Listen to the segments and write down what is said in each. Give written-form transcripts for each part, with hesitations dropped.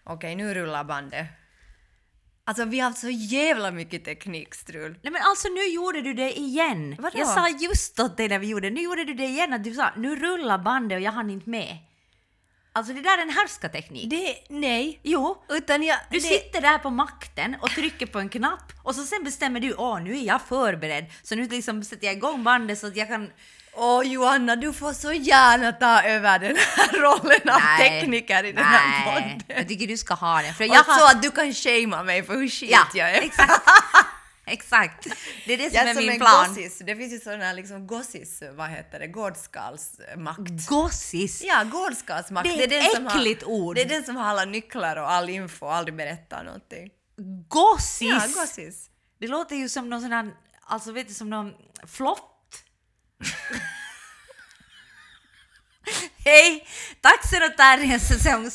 Okej, nu rullar bandet. Alltså vi har haft så jävla mycket teknikstrul. Nej men alltså nu gjorde du det igen. Vadå? Jag sa just åt dig när vi gjorde det. Nu gjorde du det igen att du sa nu rullar bandet och jag hann inte med. Alltså det där är en härskarteknik. Nej. Jo, Utan du sitter där på makten och trycker på en knapp och så sen bestämmer du, nu är jag förberedd. Så nu liksom sätter jag igång bandet så att jag kan... Johanna, du får så gärna ta över den här rollen av tekniker i den här podden. Jag tycker du ska ha den. För Och så att du kan shamea mig för hur skit jag är. Exakt. Det är det som Jag är min en plan. Gossis. Det finns ju sådana här liksom gossis, vad heter det, gårdskalsmakt. Gossis? Ja, gårdskalsmakt. Det är ett äckligt ord. Det är den som har alla nycklar och all info och aldrig berättar någonting. Gossis? Ja, gossis. Det låter ju som någon sån här, alltså vet du, som någon flott. Hej! Taxen och terriern säsong...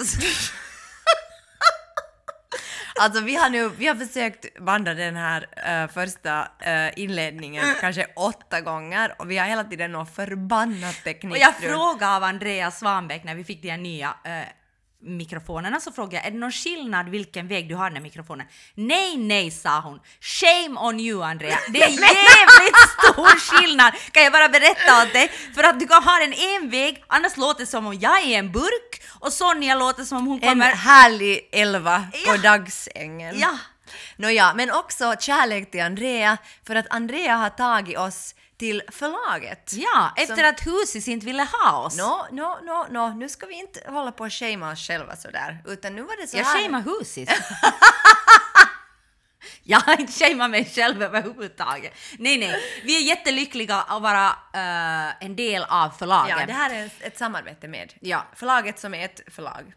Alltså vi har försökt banda den här första inledningen kanske 8 gånger och vi har hela tiden något förbannat teknik. Och jag frågade av Andreas Svanbäck när vi fick de här nya mikrofonerna, så frågade jag, är det någon skillnad vilken väg du har den här mikrofonen? Nej, sa hon. Shame on you, Andrea. Det är jävligt stor skillnad. Kan jag bara berätta åt dig? För att du kan ha den en väg, annars låter det som om jag är en burk och Sonja låter som om hon kommer... En härlig 11 på dagsängen. Ja. Nåja, men också kärlek till Andrea, för att Andrea har tagit oss till förlaget. Ja, efter att Husis inte ville ha oss. No, nu ska vi inte hålla på och shamea oss själva sådär, utan nu var det så jag här... Jag shamear Husis. Jag har inte shameat mig själv överhuvudtaget. Nej, vi är jättelyckliga att vara en del av förlaget. Ja, det här är ett samarbete med förlaget som är ett förlag.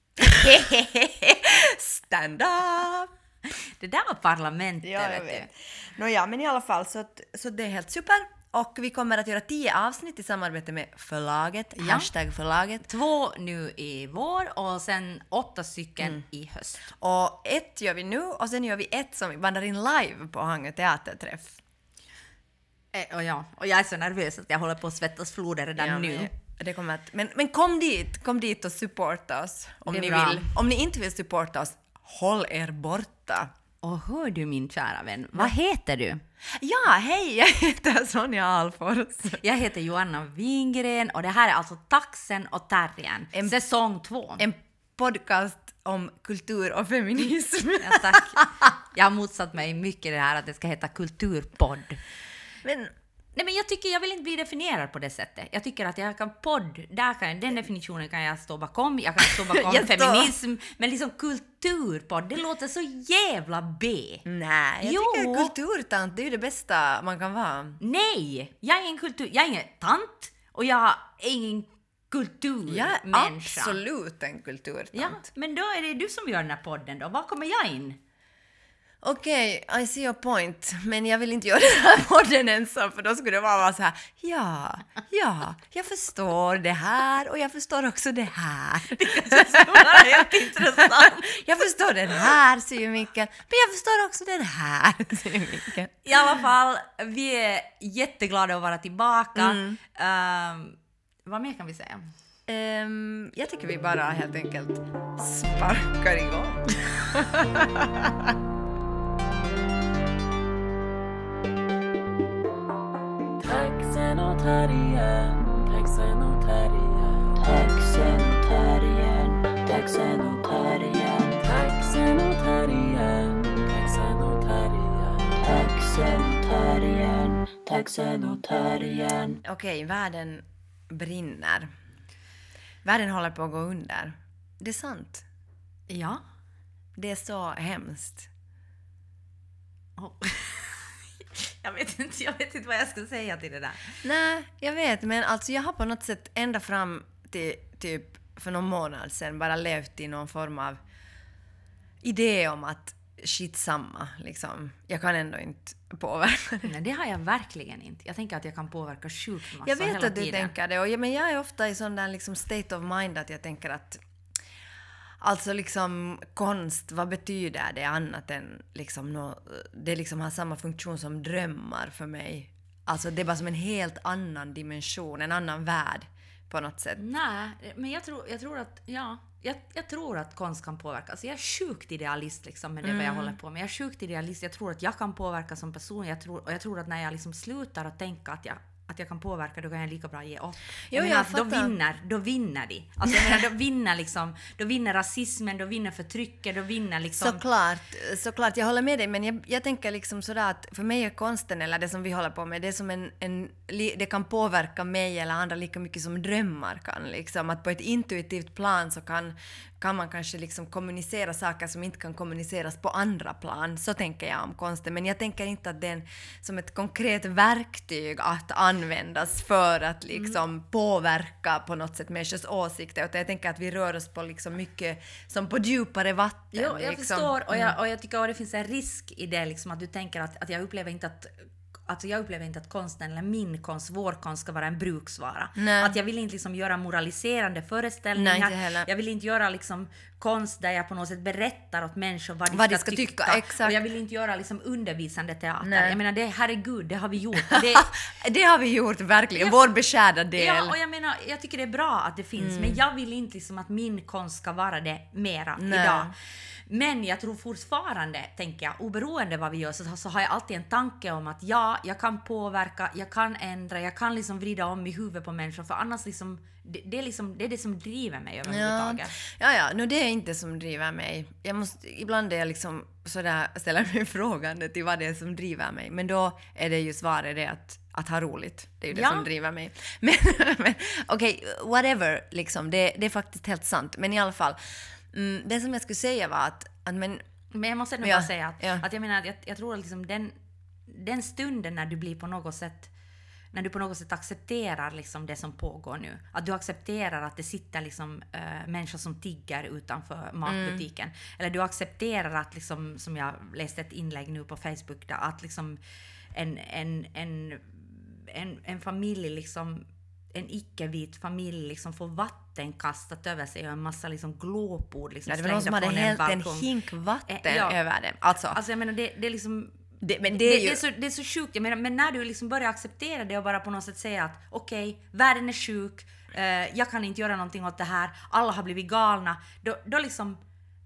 Stand up! Det där var parlamentet, jag vet. Nåja, men i alla fall så det är helt super. Och vi kommer att göra 10 avsnitt i samarbete med förlaget, #förlaget. 2 nu i vår och sen 8 stycken i höst. Och 1 gör vi nu och sen gör vi 1 som vi bandar in live på Hangö teaterträff. Och jag är så nervös att jag håller på att svettas floder redan nu. Det kommer att, men kom dit och supporta oss om ni vill. Om ni inte vill supporta oss, håll er borta. Och hör du min kära vän, vad heter du? Ja, hej, jag heter Sonja Alfors. Jag heter Johanna Wingren och det här är alltså Taxen och terriern, säsong 2. En podcast om kultur och feminism. Ja, tack. Jag har motsatt mig mycket det här att det ska heta kulturpodd. Men jag vill inte bli definierad på det sättet. Jag tycker att jag kan den definitionen kan jag stå bakom. Jag kan stå bakom feminism, men liksom kulturpodd, det låter så jävla B. Nej, jag tycker kulturtant, det är ju det bästa man kan vara. Nej, jag är ingen tant och jag är ingen kulturmänniska. Jag är absolut en kulturtant. Ja, men då är det du som gör den här podden då. Var kommer jag in? Okej, I see your point. Men jag vill inte göra den här podden ensam, för då skulle det vara så här: ja, jag förstår det här och jag förstår också det här. Det kanske skulle vara helt intressant. Jag förstår den här synvinkeln, men jag förstår också den här synvinkeln. I alla fall, vi är jätteglada att vara tillbaka. Vad mer kan vi säga? Jag tycker vi bara helt enkelt sparkar igång. Taxen och terriern, taxen och terriern, taxen och terriern, taxen och terriern, taxen och terriern, taxen och terriern, taxen och terriern, taxen och terriern. Okej, världen brinner. Världen håller på att gå under. Det är sant. Ja. Det är så hemskt. Jag vet inte vad jag ska säga till det där. Nej, jag vet, men alltså jag har på något sätt ända fram till typ för någon månad sedan bara levt i någon form av idé om att skitsamma, liksom. Jag kan ändå inte påverka det. Men det har jag verkligen inte. Jag tänker att jag kan påverka sjukt massa jag vet hela att du tiden. tänker det, men jag är ofta i sån där liksom state of mind att jag tänker att alltså liksom konst, vad betyder det annat än liksom det liksom har samma funktion som drömmar för mig. Alltså det är bara som en helt annan dimension, en annan värld på något sätt. Nej, men jag tror att jag tror att konst kan påverka. Alltså jag är sjukt idealist liksom med det vad jag håller på med. Jag är sjukt idealist. Jag tror att jag kan påverka som person. Jag tror att när jag liksom slutar att tänka att jag kan påverka, då kan jag lika bra ge upp. Jo, Då vinner de. Alltså då vinner rasismen, då vinner förtrycket, då vinner liksom... Såklart, jag håller med dig, men jag tänker liksom sådär att för mig är konsten, eller det som vi håller på med, det är som det kan påverka mig eller andra lika mycket som drömmar kan. Liksom. Att på ett intuitivt plan så kan man kanske liksom kommunicera saker som inte kan kommuniceras på andra plan. Så tänker jag om konsten. Men jag tänker inte att det är som ett konkret verktyg att användas för att liksom påverka på något sätt människors åsikter. Och jag tänker att vi rör oss på liksom mycket som på djupare vatten. Jo, jag liksom. förstår. Och jag tycker att det finns en risk i det. Liksom, att du tänker att jag upplever inte att... Alltså jag upplever inte att konsten eller min konst, vår konst ska vara en bruksvara. Nej. Att jag vill inte liksom göra moraliserande föreställningar. Nej, inte heller. Jag vill inte göra liksom konst där jag på något sätt berättar åt människor vad de ska tycka. Exakt. Och jag vill inte göra liksom undervisande teater. Nej. Jag menar, herregud, det har vi gjort. Det har vi gjort verkligen, vår beskärda del. Ja, och jag menar, jag tycker det är bra att det finns. Men jag vill inte liksom att min konst ska vara det mera idag. Men jag tror fortfarande, tänker jag, oberoende vad vi gör, så har jag alltid en tanke om att jag kan påverka, jag kan ändra, jag kan liksom vrida om i huvudet på människor, för annars liksom, det är det som driver mig överhuvudtaget. Ja, nu det är inte som driver mig. Ibland är jag liksom sådär, ställer mig frågan till vad det är som driver mig, men då är det ju svaret det att ha roligt. Det är ju det som driver mig. Men okej, whatever, liksom, det är faktiskt helt sant. Men i alla fall, det som jag skulle säga var att men jag måste nog bara säga att jag menar att jag tror att liksom den stunden när du blir på något sätt, när du på något sätt accepterar liksom det som pågår nu, att du accepterar att det sitter liksom människor som tigger utanför matbutiken, eller du accepterar att liksom, som jag läste ett inlägg nu på Facebook där, att liksom en familj liksom, en icke-vit familj liksom får vatten kastat över sig och en massa liksom glåpord liksom. Det var någon som hade hällt en hink vatten över det. Alltså jag menar, det är liksom det är så sjukt. Jag menar, men när du liksom börjar acceptera det och bara på något sätt säga att okej, världen är sjuk, jag kan inte göra någonting åt det här, alla har blivit galna, då liksom,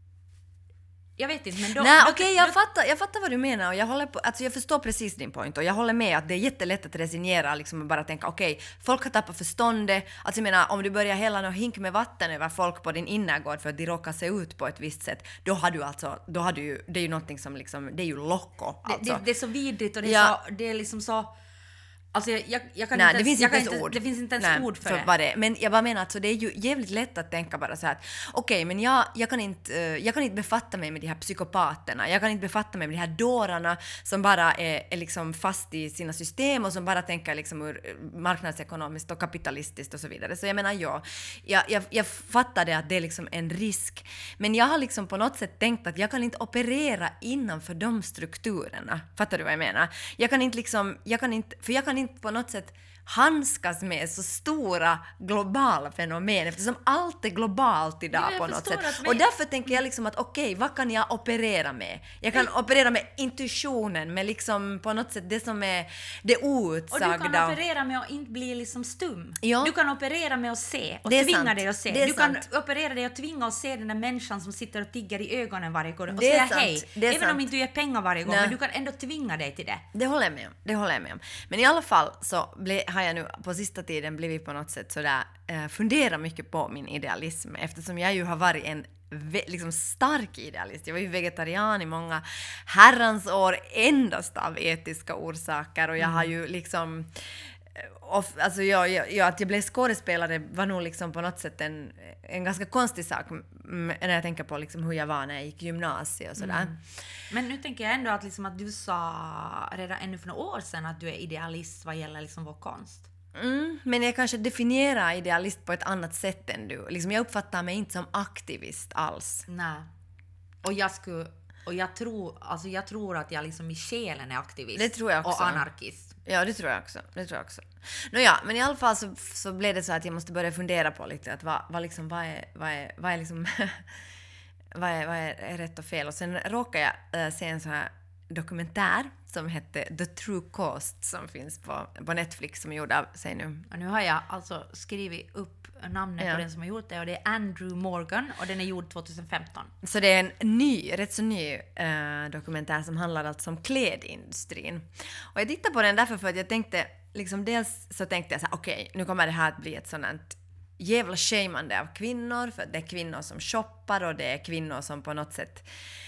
jag vet inte, men jag fattar vad du menar, och jag förstår precis din point, och jag håller med att det är jättelätt att resignera liksom, och bara tänka okej, folk har tappat förståndet. Alltså jag menar, om du börjar hälla någon hink med vatten över folk på din innergård för att de råkar se ut på ett visst sätt, då har du det är ju någonting som liksom, det är ju loco alltså. Det är så vidrigt, och det är liksom så. Alltså jag kan Nej, inte det finns inte ens ord för vad det är. Men jag bara menar att så det är ju jävligt lätt att tänka bara så här att okej, men jag kan inte befatta mig med de här psykopaterna. Jag kan inte befatta mig med de här dårarna som bara är liksom fast i sina system och som bara tänker liksom ur marknadsekonomiskt och kapitalistiskt och så vidare. Så jag menar jag fattar det, att det är liksom en risk. Men jag har liksom på något sätt tänkt att jag kan inte operera innanför de strukturerna. Fattar du vad jag menar? Jag kan inte på något sätt handskas med så stora globala fenomen, eftersom allt är globalt idag på något sätt. Och därför tänker jag liksom att okej, vad kan jag operera med? Jag kan operera med intuitionen, med liksom på något sätt det som är det outsagda. Och du kan operera med att inte bli liksom stum. Ja. Du kan operera med att se och tvinga dig att se. Du kan operera dig och tvinga att se den där människan som sitter och tigger i ögonen varje gång och säga hej. Även om inte du ger pengar varje gång, men du kan ändå tvinga dig till det. Det håller jag med om. Men i alla fall så har jag nu på sista tiden blivit på något sätt sådär fundera mycket på min idealism, eftersom jag ju har varit en liksom stark idealist. Jag var ju vegetarian i många herrans år endast av etiska orsaker, och jag har ju liksom alltså att jag blev skådespelare var nog liksom på något sätt en ganska konstig sak när jag tänker på liksom hur jag var när jag gick gymnasiet och sådär. Men nu tänker jag ändå att, liksom att du sa redan ännu för några år sedan att du är idealist vad gäller liksom vår konst. Men jag kanske definierar idealist på ett annat sätt än du. Liksom jag uppfattar mig inte som aktivist alls. Nej. Och jag tror att jag liksom i själen är aktivist. Det tror jag också. Och anarkist. Ja, det tror jag också. Nåja, men i alla fall så blev det så att jag måste börja fundera på lite att vad är rätt och fel. Och sen råkade jag se en så här dokumentär som hette The True Cost som finns på Netflix som är gjord av, säg nu. Och nu har jag alltså skrivit upp namnet på den som har gjort det och det är Andrew Morgan och den är gjord 2015. Så det är en rätt så ny dokumentär som handlar alltså om klädindustrin. Och jag tittade på den därför för att jag tänkte, liksom dels så tänkte jag så här, okej, nu kommer det här att bli ett sådant jävla shameande av kvinnor, för det är kvinnor som shoppar och det är kvinnor som på något sätt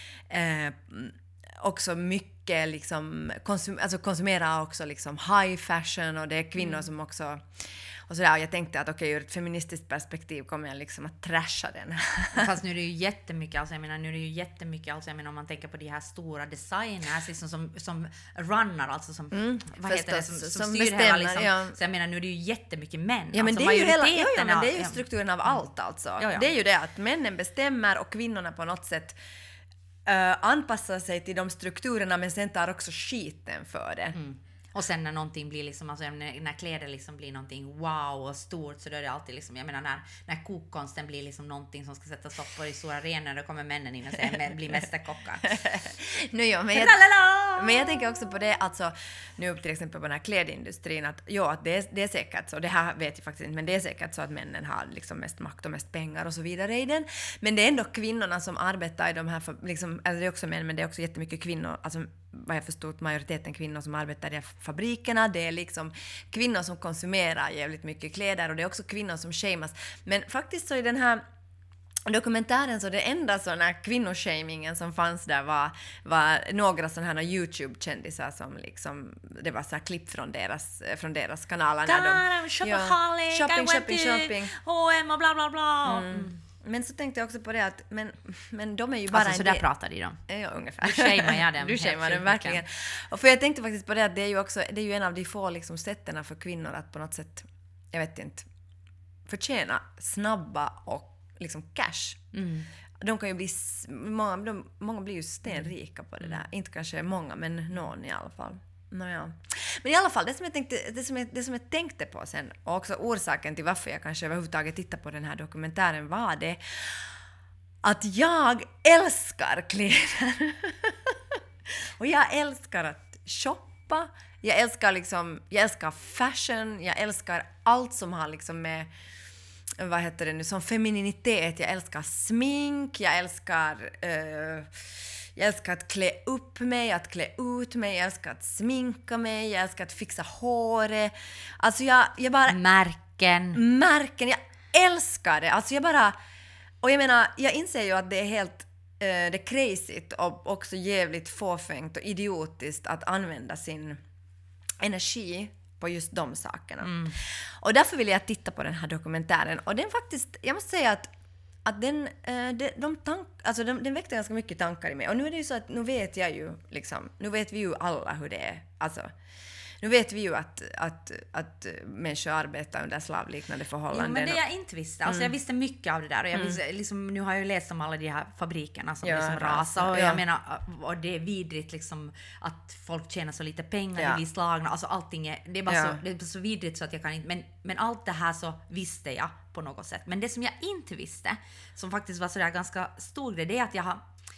också mycket liksom konsumerar också liksom high fashion, och det är kvinnor som också och sådär. Och jag tänkte att okej, ur ett feministiskt perspektiv kommer jag liksom att trasha den. Fast nu är det ju jättemycket, alltså jag menar om man tänker på de här stora designers liksom som runnar, alltså som vad heter det, som styr hela liksom. Så jag menar, nu är det ju jättemycket män. Ja, men alltså, det är ju men det är ju strukturen av allt alltså. Ja. Det är ju det att männen bestämmer och kvinnorna på något sätt anpassar sig till de strukturerna, men sen tar också skiten för det. Och sen när någonting blir liksom, alltså när kläder liksom blir någonting wow och stort, så då är det alltid liksom, jag menar när kokkonsten blir liksom någonting som ska sättas upp på i stora arenor, då kommer männen in och säger blir mästerkockar. Men jag tänker också på det, alltså nu till exempel på den här klädindustrin, att att det är säkert så, det här vet jag faktiskt inte, men det är säkert så att männen har liksom mest makt och mest pengar och så vidare i den, men det är ändå kvinnorna som arbetar i de här, liksom, alltså det är också män, men det är också jättemycket kvinnor, alltså vad jag förstått majoriteten kvinnor som arbetar i fabrikerna, det är liksom kvinnor som konsumerar jävligt mycket kläder, och det är också kvinnor som shamas. Men faktiskt så i den här dokumentären så det enda såna kvinnoshamingen som fanns där var några sådana här YouTube-kändisar som liksom, det var så här klipp från deras kanaler när de shopping H&M och bla bla bla. Men så tänkte jag också på det att men de är ju bara alltså, så där pratar de om. Ja, ungefär. Du shamear jag dem. Du shamear dem verkligen. Och för jag tänkte faktiskt på det att det är ju en av de få liksom sätten för kvinnor att på något sätt, jag vet inte, förtjäna snabba och liksom cash. De kan ju bli många blir ju stenrika på det där. Inte kanske många, men någon i alla fall. Nåja. Men i alla fall, det som jag tänkte på sen, och också orsaken till varför jag kanske överhuvudtaget tittar på den här dokumentären, var det att jag älskar kläder. Och jag älskar att shoppa. Jag älskar fashion. Jag älskar allt som har liksom med, vad heter det nu, som femininitet. Jag älskar smink. Jag älskar att klä upp mig, att klä ut mig. Jag älskar att sminka mig. Jag älskar att fixa håret. Alltså jag bara... Märken. Jag älskar det. Alltså och jag menar, jag inser ju att det är helt det är crazyt och också jävligt fåfängt och idiotiskt att använda sin energi på just de sakerna. Och därför vill jag titta på den här dokumentären. Och den faktiskt, jag måste säga att den väckte ganska mycket tankar i mig. Och nu är det ju så att nu vet vi ju alla hur det är. Alltså, nu vet vi ju att människor arbetar under slavliknande förhållanden. Jo, men det jag inte visste. Alltså jag visste mycket av det där. Och jag visste, liksom, nu har jag ju läst om alla de här fabrikerna som liksom rasar. Och jag menar, och det är vidrigt liksom att folk tjänar så lite pengar, de blir slagna. Alltså allting det är bara det är så vidrigt så att jag kan inte... Men allt det här så visste jag på något sätt. Men det som jag inte visste, som faktiskt var sådär ganska stor grej, det är att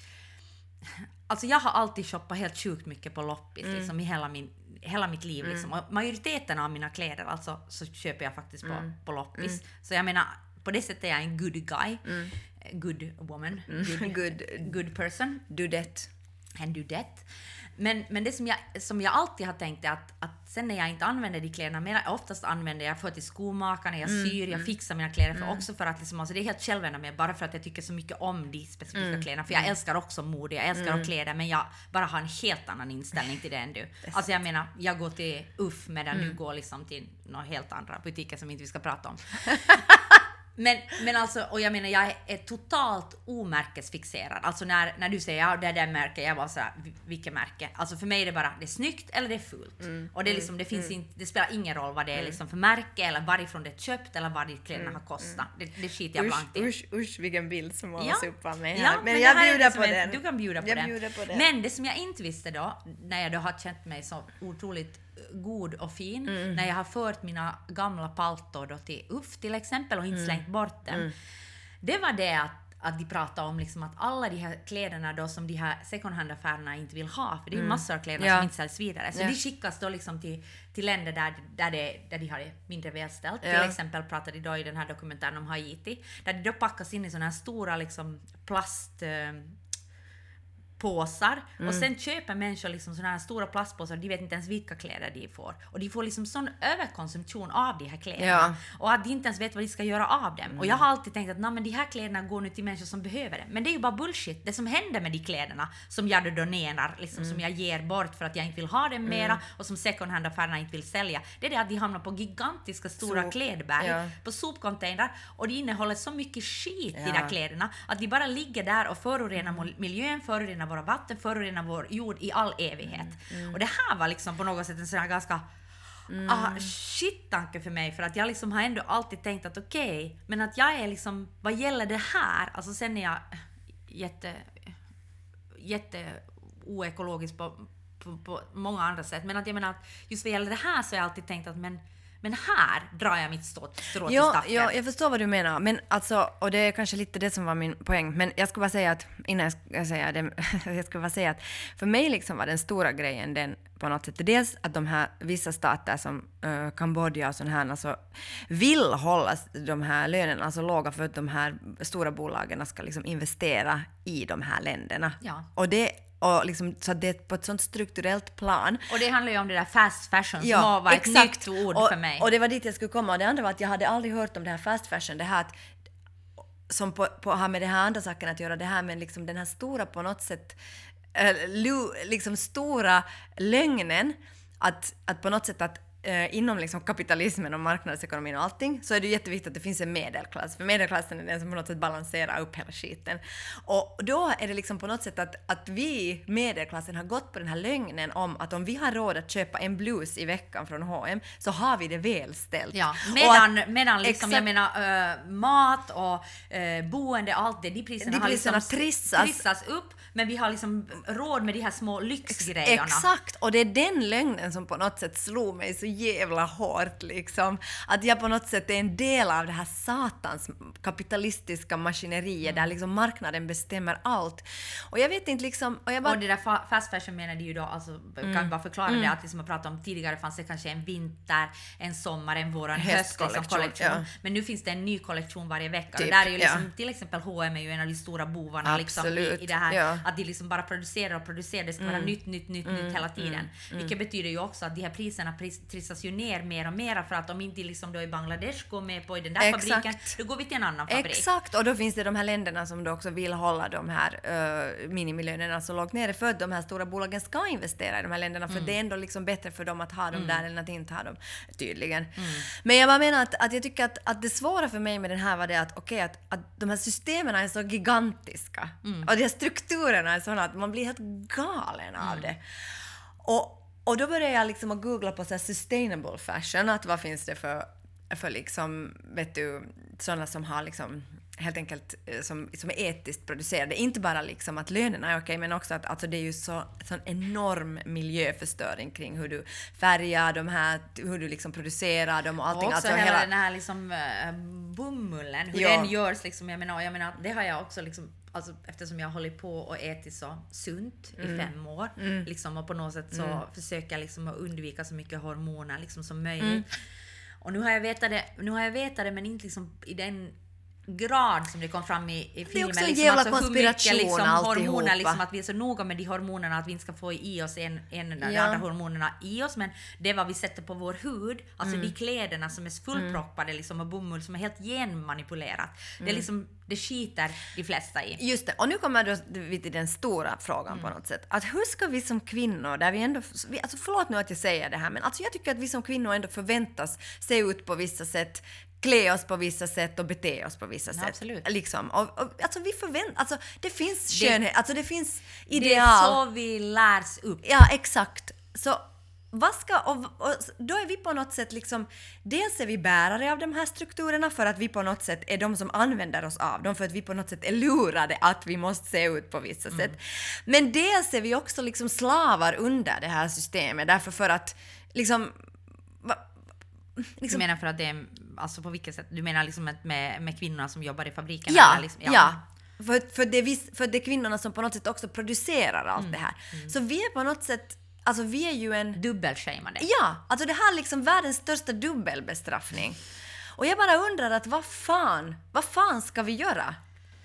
jag har alltid shoppat helt sjukt mycket på loppis liksom, i hela mitt liv liksom. Och majoriteten av mina kläder alltså, så köper jag faktiskt på loppis. Så jag menar, på det sättet är jag en good guy, good woman, good person, do that and do that. Men det som jag alltid har tänkt är att sen när jag inte använder de kläderna mer, oftast använder jag för till skomakarna, jag syr, jag fixar mina kläder för också för att liksom, alltså det är helt självändamål med, bara för att jag tycker så mycket om de specifika kläderna, för jag älskar också mode, jag älskar att kläda, men jag bara har en helt annan inställning till det än du. Alltså jag menar, jag går till UFF medan du går liksom till några helt andra butiker som inte vi ska prata om. Men alltså, och jag menar, jag är totalt omärkesfixerad. Alltså när du säger det där märket, jag bara så här, vilket märke? Alltså för mig är det bara, det är snyggt eller det är fult. Och det är liksom, det finns inte, det spelar ingen roll vad det är liksom för märke eller varifrån det är köpt eller vad ditt kläderna har kostat. Det skiter jag blankt i. Usch, vilken bild som målas upp av mig här. Ja, men jag bjuder liksom på den. Du kan bjuda på den. Men det som jag inte visste då, när jag då har känt mig så otroligt god och fin, när jag har fört mina gamla paltor då till UFF till exempel och inte slängt bort dem. Det var det att de pratar om liksom att alla de här kläderna då som de här second hand-affärerna inte vill ha, för det är ju massor av kläder som inte säljs vidare. Så de skickas då liksom till länder där de har det mindre välställt. Till exempel pratar de då i den här dokumentären om Haiti, där de då packas in i såna här stora liksom plastpåsar och sen köper människor liksom såna här stora plastpåsar, de vet inte ens vilka kläder de får. Och de får liksom sån överkonsumtion av de här kläderna. Och att de inte ens vet vad de ska göra av dem. Och jag har alltid tänkt att men de här kläderna går nu till människor som behöver det. Men det är ju bara bullshit. Det som händer med de kläderna som jag då donerar, liksom, som jag ger bort för att jag inte vill ha dem mera och som second hand-affärerna inte vill sälja, det är det att de hamnar på gigantiska stora klädberg på sopcontainer, och de innehåller så mycket skit i de där kläderna att de bara ligger där och förorenar miljön, förorenar våra vatten, förorenar vår jord i all evighet. Och det här var liksom på något sätt en sån här ganska shit-tanke för mig, för att jag liksom har ändå alltid tänkt att okej, men att jag är liksom, vad gäller det här, alltså sen är jag jätte oekologisk på många andra sätt, men att jag menar att just vad gäller det här så har jag alltid tänkt att men här drar jag mitt strå till stacken. Ja, jag förstår vad du menar. Men alltså, och det är kanske lite det som var min poäng. Men jag skulle bara säga att, innan jag säger det, jag skulle bara säga att för mig liksom var den stora grejen den på något sätt. Dels att de här vissa stater som Kambodja och sån här alltså, vill hålla de här lönerna alltså låga för att de här stora bolagen ska liksom investera i de här länderna. Ja. Och liksom, så det är på ett sånt strukturellt plan. Och det handlar ju om det där fast fashion som var ett nytt ord för mig. Och det var dit jag skulle komma. Och det andra var att jag hade aldrig hört om det här fast fashion. Det här att, som har med det här andra saken att göra. Det här med liksom den här stora på något sätt liksom stora lögnen. Att på något sätt att inom liksom kapitalismen och marknadsekonomin och allting så är det jätteviktigt att det finns en medelklass. För medelklassen är den som på något sätt balanserar upp hela skiten. Och då är det liksom på något sätt att vi, medelklassen, har gått på den här lögnen om att om vi har råd att köpa en blus i veckan från H&M så har vi det välställt. Ja, medan liksom, jag menar mat och boende, allt det, de priserna har liksom trissas upp, men vi har liksom råd med de här små lyxgrejerna. Exakt, och det är den lögnen som på något sätt slog mig så jävla hårt liksom. Att jag på något sätt är en del av det här satans kapitalistiska maskineriet där liksom marknaden bestämmer allt. Och jag vet inte liksom... Och det där fast fashion menar det ju då, alltså kan vi bara förklara det, att liksom jag pratade om tidigare fanns det kanske en vinter, en sommar, en vår, en höstkollektion. Ja. Men nu finns det en ny kollektion varje vecka. Typ, och där är ju liksom, till exempel H&M är ju en av de stora bovarna liksom, i det här, att de liksom bara producerar, det ska vara nytt hela tiden. Vilket betyder ju också att de här priserna trissas ju ner mer och mer, för att om inte liksom då i Bangladesh går med på i den där fabriken, då går vi till en annan fabrik. Exakt, och då finns det de här länderna som då också vill hålla de här minimilönerna så lågt nere för att de här stora bolagen ska investera i de här länderna, för det är ändå liksom bättre för dem att ha dem där än att inte ha dem, tydligen. Men jag bara menar att jag tycker att det svåra för mig med den här var det att att de här systemen är så gigantiska och de här strukturerna är sådana att man blir helt galen av det. Och då började jag liksom att googla på så här sustainable fashion, att vad finns det för liksom, vet du, sådana som har liksom helt enkelt som är etiskt producerade. Inte bara liksom att lönerna är okej, men också att alltså det är ju sån enorm miljöförstöring kring hur du färgar de här, hur du liksom producerar dem och allting. Och också alltså hela den här liksom bomullen, hur den görs liksom, jag menar, det har jag också liksom, alltså, eftersom jag håller på och ätit så sunt i 5 år liksom, och på något sätt så försöker jag liksom att undvika så mycket hormoner liksom som möjligt. Och nu har jag vetat det, men inte liksom i den grad som det kom fram i filmen. Det är också en jävla liksom, konspiration liksom, hormoner, liksom, att vi är så noga med de hormonerna att vi inte ska få i oss de andra hormonerna i oss, men det är vad vi sätter på vår hud, alltså de kläderna som är fullproppade liksom, och bomull som är helt genmanipulerat. Det är liksom, det skiter de flesta i. Just det, och nu kommer då till den stora frågan på något sätt. Att hur ska vi som kvinnor, där vi ändå, alltså förlåt nu att jag säger det här, men alltså jag tycker att vi som kvinnor ändå förväntas se ut på vissa sätt, klä oss på vissa sätt och bete oss på vissa sätt. Absolut. Liksom. Och, alltså vi alltså det finns skönhet, alltså det finns ideal. Det är så vi lärs upp. Ja, exakt. Så vad ska, och då är vi på något sätt liksom, dels är vi bärare av de här strukturerna för att vi på något sätt är de som använder oss av dem, för att vi på något sätt är lurade att vi måste se ut på vissa sätt. Men dels är vi också liksom slavar under det här systemet, därför för att liksom du menar för att det är, alltså på vilket sätt? Du menar liksom med kvinnorna som jobbar i fabriken? Ja, liksom, ja. för det är kvinnorna som på något sätt också producerar allt det här. Så vi är på något sätt, alltså vi är ju en... Dubbelshamade. Ja, alltså det här är liksom världens största dubbelbestraffning. Och jag bara undrar att vad fan ska vi göra?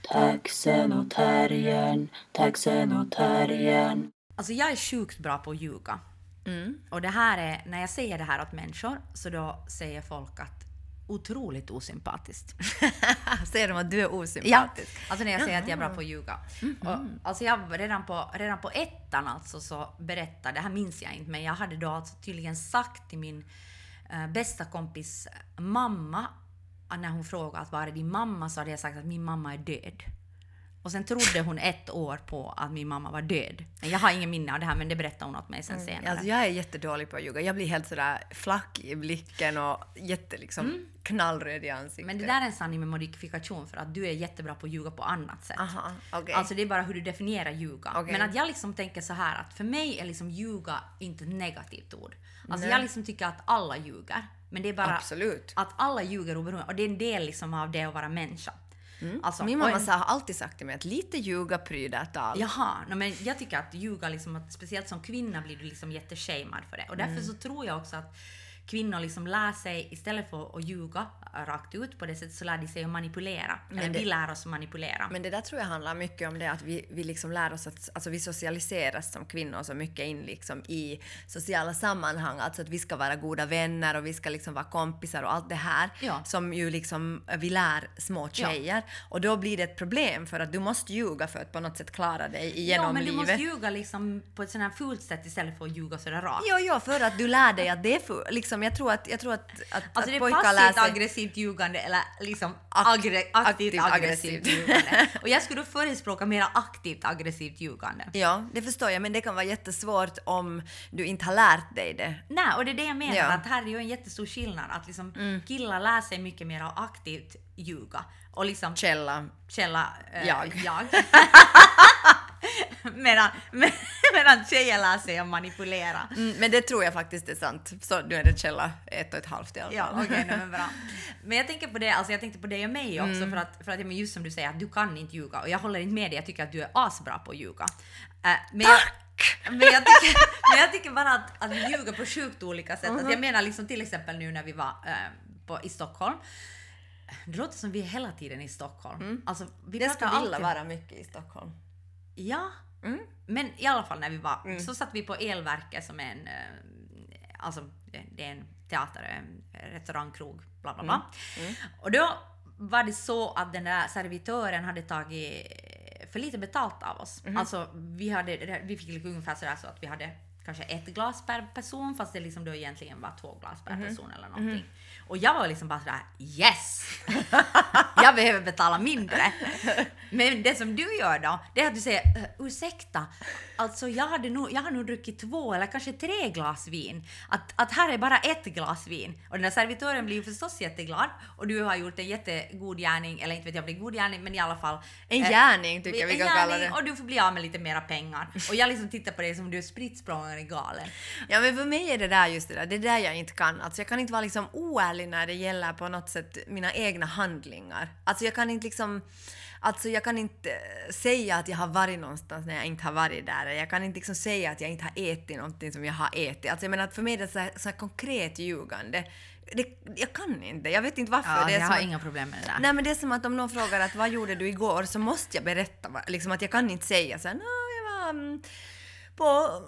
Taxen och terriern, taxen och terriern. Alltså jag är sjukt bra på att ljuga. Och det här är, när jag säger det här åt människor, så då säger folk att otroligt osympatiskt. Säger de att du är osympatisk? Ja, alltså när jag säger att jag är bra på att ljuga. Och, alltså jag redan på ettan alltså så berättade, det här minns jag inte, men jag hade då alltså tydligen sagt till min bästa kompis mamma, när hon frågade att var är din mamma, så hade jag sagt att min mamma är död. Och sen trodde hon 1 år på att min mamma var död. Jag har ingen minne av det här, men det berättade hon åt mig sen senare. Alltså jag är jättedålig på att ljuga. Jag blir helt sådär flack i blicken och knallröd i ansiktet. Men det där är en sanning med modifikation, för att du är jättebra på att ljuga på annat sätt. Aha, okay. Alltså det är bara hur du definierar ljuga. Okay. Men att jag liksom tänker så här att för mig är liksom ljuga inte ett negativt ord. Alltså jag liksom tycker att alla ljuger. Men det är bara absolut. Att alla ljuger oberoende. Och det är en del liksom av det att vara människa. Alltså, min mamma har alltid sagt till mig att lite ljuga pryder tal. Jaha, men jag tycker att ljuga, liksom, att speciellt som kvinna blir du liksom jätteshamed för det. Och därför så tror jag också att kvinnor liksom lär sig, istället för att ljuga rakt ut på det sättet, så lär de sig att manipulera. Vi lär oss att manipulera. Men det där tror jag handlar mycket om det, att vi liksom lär oss att, alltså vi socialiseras som kvinnor så mycket in liksom i sociala sammanhang, alltså att vi ska vara goda vänner och vi ska liksom vara kompisar och allt det här som ju liksom vi lär små tjejer. Och då blir det ett problem, för att du måste ljuga för att på något sätt klara dig igenom livet. Ja, men du måste ljuga liksom på ett sådant här fult sätt istället för att ljuga sådär rakt. Ja, för att du lär dig att det är liksom, jag tror att alltså att det är pojkar lär sig aggressivt ljugande eller liksom aktivt aggressivt ljugande. Och jag skulle förespråka mer aktivt aggressivt ljugande. Ja, det förstår jag, men det kan vara jättesvårt om du inte har lärt dig det. Nej, och det är det jag menar, att här är ju en jättestor skillnad, att liksom killar lär sig mycket mer av aktivt ljuga och liksom Källa jag. medan tjejer lär sig att manipulera. Men det tror jag faktiskt är sant. Så du är det källa 1,5 i alla fall. Ja, okej, men bra. Men jag tänker på det, alltså jag tänkte på dig och mig också, för att just som du säger, att du kan inte ljuga. Och jag håller inte med dig, jag tycker att du är asbra på att ljuga. Men jag tycker bara att vi ljuger på sjukt olika sätt. Att jag menar liksom till exempel nu när vi var i Stockholm. Det låter som vi är hela tiden i Stockholm. Alltså, det skulle vilja vara mycket i Stockholm. Ja, men i alla fall när vi var så satt vi på Elverket, som är en alltså det är en teater, restaurangkrog, bla bla bla. Och då var det så att den där servitören hade tagit för lite betalt av oss. Alltså vi fick liksom ungefär så att vi hade kanske 1 glas per person, fast det liksom då egentligen var 2 glas per person eller någonting. Och jag var liksom bara sådär, yes! Jag behöver betala mindre. Men det som du gör då, det är att du säger, ursäkta, alltså jag har nog druckit 2 eller kanske 3 glas vin. Att här är bara 1 glas vin. Och den där servitören blir ju förstås jätteglad. Och du har gjort en jättegod gärning, eller inte vet jag blir god gärning, men i alla fall. En gärning tycker jag vi kan kalla det. Och du får bli av med lite mera pengar. Och jag liksom tittar på dig som du är spritsprångare galen. Ja, men för mig är det där just det där jag inte kan. Alltså jag kan inte vara liksom oärlig när det gäller på något sätt mina egna handlingar. Alltså jag kan inte liksom... Alltså jag kan inte säga att jag har varit någonstans när jag inte har varit där. Jag kan inte liksom säga att jag inte har ätit någonting som jag har ätit. Alltså jag menar att för mig är det så här konkret ljugande. Jag kan inte. Jag vet inte varför. Ja, det är jag som har att, inga problem med det där. Nej, men det är som att om någon frågar att vad gjorde du igår, så måste jag berätta. Liksom att jag kan inte säga så här, jag var på...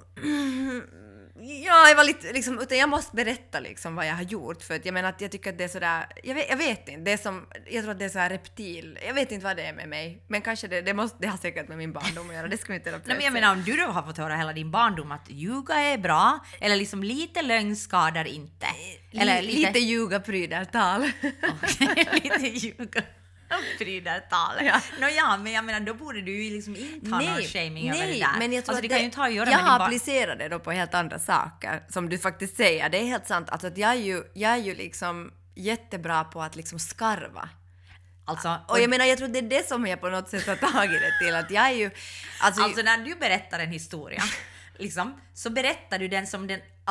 Ja, jag var lite liksom, utan jag måste berätta liksom vad jag har gjort, för att jag menar att jag tycker att det är sådär, jag vet inte, det är som, jag tror att det är så här reptil, jag vet inte vad det är med mig, men kanske det har säkert med min barndom att göra, det ska vi inte. Nej, men jag menar, om du då har fått höra hela din barndom att ljuga är bra, eller liksom lite lögn skadar inte, eller lite ljuga pryder tal. Lite ljuga pryder tal. Ja, men jag menar, då borde du ju liksom inte ha någon shaming över det där. Men jag tror alltså, det kan ju inte ha att göra jag med har applicerat det då på helt andra saker, som du faktiskt säger. Det är helt sant. Alltså att jag är ju liksom jättebra på att liksom skarva. Alltså, och jag menar, jag tror det är det som jag på något sätt har tagit det till. Att jag är ju... Alltså när du berättar en historia, liksom, så berättar du den som den... Alltså,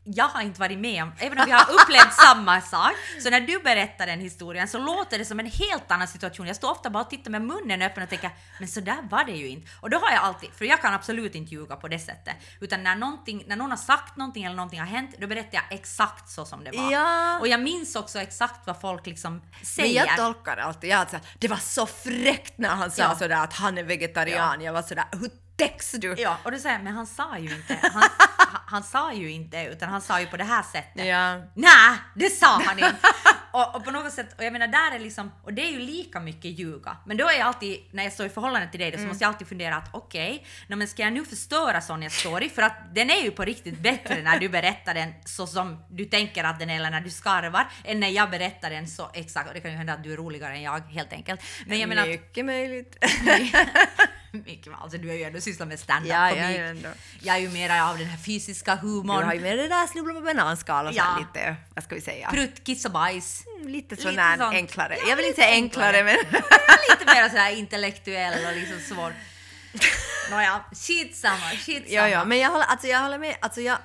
jag har inte varit med om, även om vi har upplevt samma sak, så när du berättar den historien så låter det som en helt annan situation. Jag står ofta bara och tittar med munnen öppen och tänker, men så där var det ju inte. Och då har jag alltid, för jag kan absolut inte ljuga på det sättet, utan när någon har sagt någonting eller någonting har hänt, då berättar jag exakt så som det var. Ja. Och jag minns också exakt vad folk liksom säger. Men jag tolkar alltid, det var så fräckt när han sa sådär att han är vegetarian. Jag var sådär, hur täcks du? Ja, och då säger jag, men han sa ju inte. Han sa ju inte, utan han sa ju på det här sättet. Ja. Nej, det sa han inte. och på något sätt, och jag menar där är liksom, och det är ju lika mycket ljuga. Men då är jag alltid, när jag står i förhållande till dig, så måste jag alltid fundera att okej, men ska jag nu förstöra Sonjas story? För att den är ju på riktigt bättre när du berättar den så som du tänker att den är, eller när du skarvar, än när jag berättar den så exakt. Och det kan ju hända att du är roligare än jag, helt enkelt. Men jag menar, mycket möjligt. mycket, alltså du är ju ändå sysslat med stand-up Ja, komik. Jag är ju mer av den här fysiska humorn. Du har ju med det där snubbla på bananskal och så lite, vad ska vi säga? Prutt, kiss och bajs. Lite Lite sådär sånt. enklare. Ja, Jag vill inte lite säga enklare, men... Lite mer sådär intellektuell och liksom svår. Nåja, skitsamma. Ja, men jag håller med.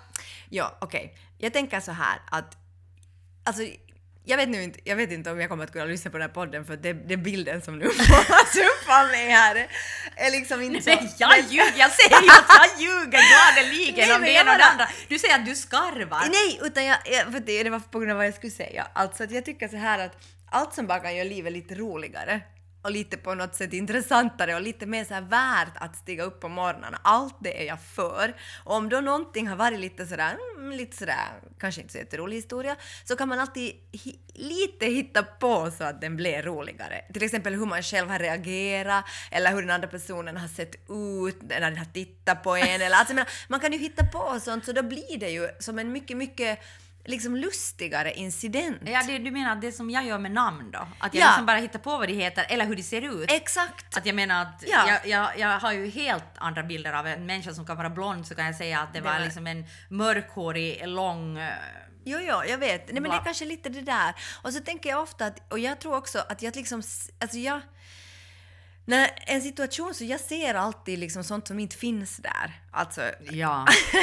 Okej. Jag tänker så här att... Alltså, jag vet inte om jag kommer att kunna lyssna på den här podden, för det bilden som nu målas upp av mig här är liksom inte så... Nej, jag säger ju att jag ljuger gladeligen om det ena och det andra. Du säger att du skarvar. Nej, utan för det var på grund av vad jag skulle säga. Alltså att jag tycker så här att allt som bara kan göra livet lite roligare och lite på något sätt intressantare och lite mer så här värt att stiga upp på morgnarna. Allt det är jag för. Och om då någonting har varit lite sådär, kanske inte så jätterolig historia, så kan man alltid lite hitta på så att den blir roligare. Till exempel hur man själv har reagerat, eller hur den andra personen har sett ut när den har tittat på en. Eller, alltså, man kan ju hitta på sånt, så då blir det ju som en mycket, mycket liksom lustigare incident. Ja, du menar det som jag gör med namn då? Att jag liksom bara hittar på vad de heter eller hur de ser ut? Exakt. Att jag menar att jag har ju helt andra bilder av en människa som kan vara blond, så kan jag säga att det var liksom en mörkhårig, lång... Jo, jag vet. Nej, men det är kanske lite det där. Och så tänker jag ofta att, och jag tror också att jag liksom, alltså när en situation så jag ser alltid liksom sånt som inte finns där. Alltså, ja.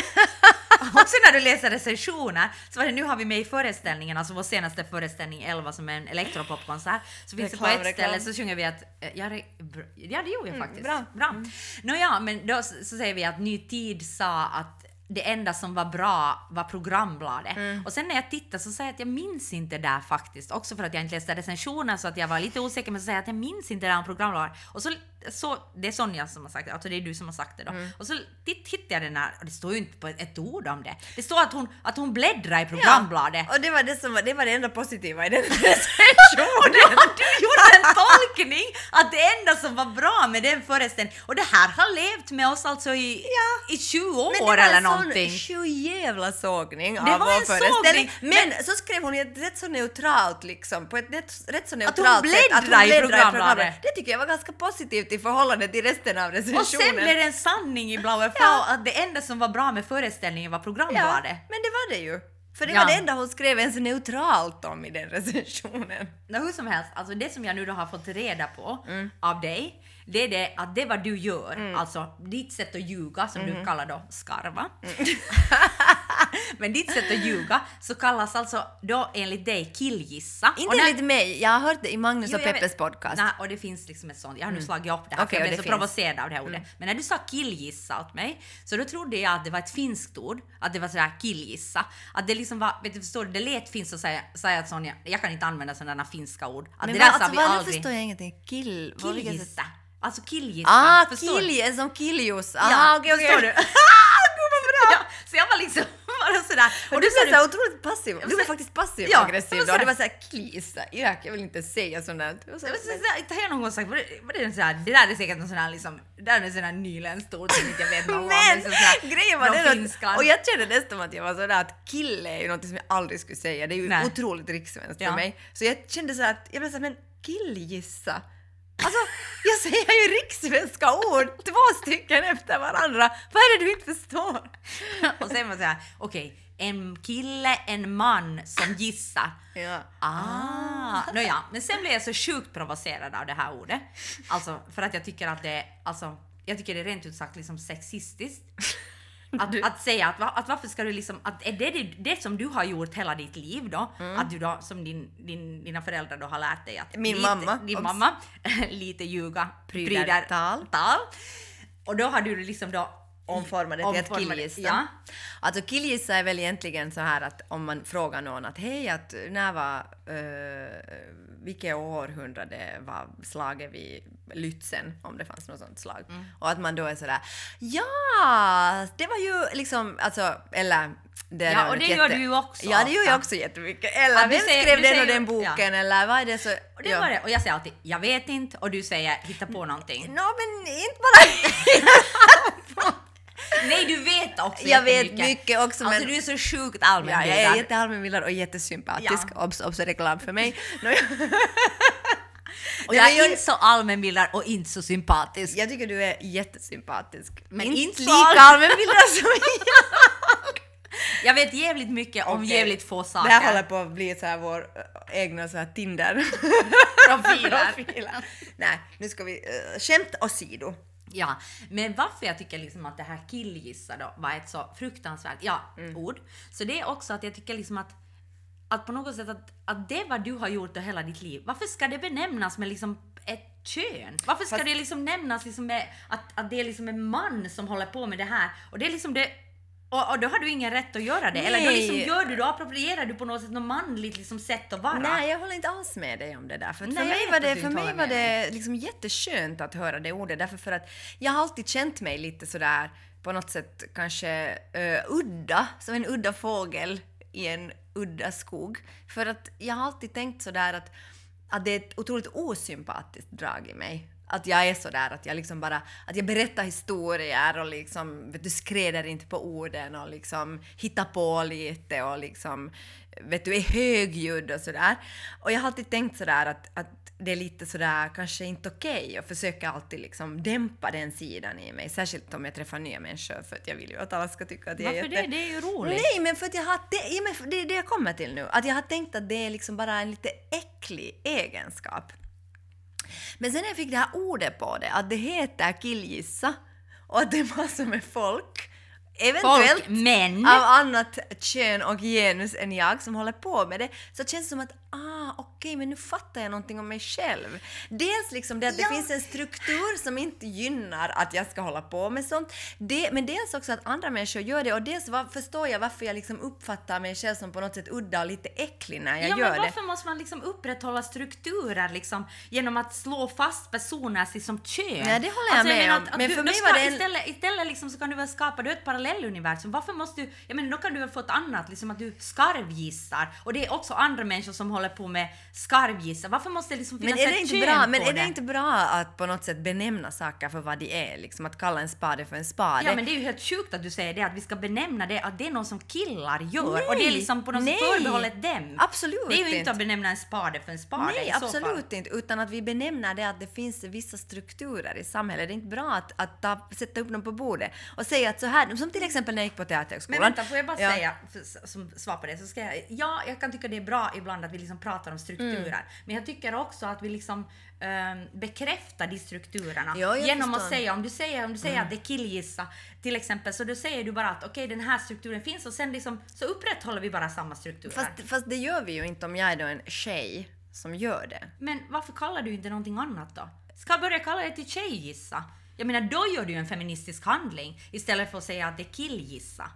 Också när du läser recensioner, så var det, nu har vi med i föreställningen, alltså vår senaste föreställning 11 som är en elektropopkonsert, så finns det på ett ställe så sjunger vi att ja det gjorde jag faktiskt. Bra. Nåja, men då så säger vi att Ny Tid sa att det enda som var bra var programbladet. Och sen när jag tittar så säger jag att jag minns inte där faktiskt. Också för att jag inte läste recensioner, så att jag var lite osäker, men så säger jag att jag minns inte där om programbladet. Och så det är Sonja som har sagt det, alltså det är du som har sagt det då. Och så hittar jag den här, och det står ju inte på ett ord om det. Det står att hon bläddrar i programbladet. Ja, och det var det enda positiva i den recensionen. Du gjorde en tolkning att det enda som var bra med den föreställningen, och det här har levt med oss alltså i 20 år eller någonting. Men jävla sågning av var vår en föreställning. sågning, Men så skrev hon ju rätt så neutralt liksom, på ett rätt så neutralt att hon bläddrar i programbladet. Det tycker jag var ganska positivt i förhållande till resten av recensionen. Och sen blev det en sanning i Blauer Frau att det enda som var bra med föreställningen var programbladet. Ja, men det var det ju. För det var det enda hon skrev ens neutralt om i den recensionen. Hur som helst, alltså det som jag nu då har fått reda på av dig, det är det att det vad du gör, alltså ditt sätt att ljuga som du kallar då skarva. Men ditt sätt att ljuga så kallas alltså då enligt dig killgissa. Inte enligt mig, jag har hört det i Magnus och Peppes podcast. Nej, och det finns liksom ett sånt, jag har nu slagit upp det här för jag blev så provocerad av det här ordet. Men när du sa killgissa åt mig, så då trodde jag att det var ett finskt ord, att det var sådär killgissa. Att det liksom var, vet du, förstår du, det lät finns att säga att Sonja, jag kan inte använda sådana finska ord. Att men det där alltså, sa vi aldrig. förstår jag ingenting. Killgissa. Alltså killgissa. Kill som killjus. Okej. Förstår du? Ja, så jag var liksom bara sådär. Och du är så otroligt passiv. Du är faktiskt passiv-aggressiv då. Det var såhär killgissa. Jag vill inte säga sånt där. Jag har någon gång sagt, var det sådär, det där är säkert någon sån här liksom, det där är en sån här nyländskt ord som inte jag vet någon men grejen var det och jag kände nästan att jag var sådär att kille är ju något som jag aldrig skulle säga. Det är ju otroligt rikssvenskt för mig. Så jag kände så att jag blev såhär, men killgissa. Alltså, jag säger ju rikssvenska ord 2 stycken efter varandra. Vad är det du inte förstår? Och sen var det såhär, okej, en kille, en man som gissar. Ja. Nåja, men sen blev jag så sjukt provocerad av det här ordet. Alltså, för att jag tycker att det, alltså, jag tycker det är rent ut sagt liksom sexistiskt. Att säga att varför ska du liksom, att är det som du har gjort hela ditt liv då, att du då som dina föräldrar då har lärt dig att Din mamma lite ljuga pryder tal. Och då har du liksom då omformade till att killgissa. Ja. Alltså killgissa är väl egentligen så här att om man frågar någon att hej, att när var vilket århundrade var slaget vid Lützen, om det fanns något sånt slag. Och att man då är sådär, ja, det var ju liksom, alltså, eller det ja, och det gör du ju också. Ja, det gör jag också jättemycket. Eller vem skrev den och den boken, eller vad är det så? Och det var det. Och jag säger alltid, jag vet inte, och du säger, hitta på någonting. No, men inte bara... Nej, du vet också jag vet mycket också, men... Alltså du är så sjukt allmänbildad. Ja, jag är jätteallmänbildad och jättesympatisk. Ja. Obs, reklam för mig. Och jag är inte så allmänbildad och inte så sympatisk. Jag tycker du är jättesympatisk. Men inte lika allmänbildad som jag. Jag vet jävligt mycket om jävligt få saker. Det här håller på att bli så här vår egna så här Tinder-profiler. Nej, nu ska vi... skämt åsido. Ja, men varför jag tycker liksom att det här killgissa då var ett så fruktansvärt ord. Så det är också att jag tycker liksom att på något sätt att det vad du har gjort då hela ditt liv, varför ska det benämnas med liksom ett kön? Varför ska det liksom nämnas liksom med att det är liksom en man som håller på med det här? Och det är liksom det... Och då har du ingen rätt att göra det. Nej. Eller då liksom då approprierar du på något sätt något manligt liksom sätt att vara. Nej, jag håller inte alls med dig om det där. För mig var det liksom jätteskönt att höra det ordet. Därför för att jag har alltid känt mig lite sådär på något sätt kanske udda. Som en udda fågel i en udda skog. För att jag har alltid tänkt sådär att det är ett otroligt osympatiskt drag i mig. Att jag är så där att jag liksom bara att jag berättar historier och liksom vet du skräder inte på orden och liksom hittar på lite och liksom vet du är högljudd och så där. Och jag har alltid tänkt så där att det är lite så där kanske inte okej och försöka alltid liksom dämpa den sidan i mig, särskilt om jag träffar nya människor för att jag vill ju att alla ska tycka att jag är Varför det? Det är ju roligt. Nej, men för att jag har det är det jag kommer till nu, att jag har tänkt att det är liksom bara en lite äcklig egenskap. Men sen när jag fick det här ordet på det, att det heter killgissa och att det är massor med folk, eventuellt män av annat kön och genus än jag som håller på med det, så det känns som att okej, men nu fattar jag någonting om mig själv. Dels liksom det att det finns en struktur som inte gynnar att jag ska hålla på med sånt. Men dels också att andra människor gör det, och dels förstår jag varför jag liksom uppfattar mig själv som på något sätt udda och lite äcklig när jag gör det. Ja, men varför måste man liksom upprätthålla strukturer liksom genom att slå fast personers liksom kön? Ja, det håller jag med om. Men för mig var det istället liksom så kan du väl skapa ett parallelluniversum. Varför måste du, jag menar, då kan du väl få ett annat, liksom att du skarvgissar. Och det är också andra människor som håller på med skarvgissa. Varför måste det liksom finnas ett kön på det? Men är det inte bra att på något sätt benämna saker för vad de är? Liksom att kalla en spade för en spade. Ja, men det är ju helt sjukt att du säger det, att vi ska benämna det, att det är något som killar gör. Och det är liksom på något sätt förbehållet dem. Absolut det är ju inte att benämna en spade för en spade. Nej, absolut inte. Utan att vi benämner det att det finns vissa strukturer i samhället. Det är inte bra att sätta upp dem på bordet och säga att så här, som till exempel när jag gick på teaterhögskolan. Men vänta, får jag bara säga som svar på det, så ska jag kan tycka det är bra ibland att vi liksom pratar om strukturer. Men jag tycker också att vi liksom bekräftar de strukturerna genom att säga, om du säger att det är killgissa till exempel, så då säger du bara att okej, den här strukturen finns, och sen liksom, så upprätthåller vi bara samma strukturer. Fast det gör vi ju inte om jag är då en tjej som gör det. Men varför kallar du inte någonting annat då? Ska jag börja kalla det till tjejgissa? Jag menar, då gör du ju en feministisk handling istället för att säga att det är killgissa.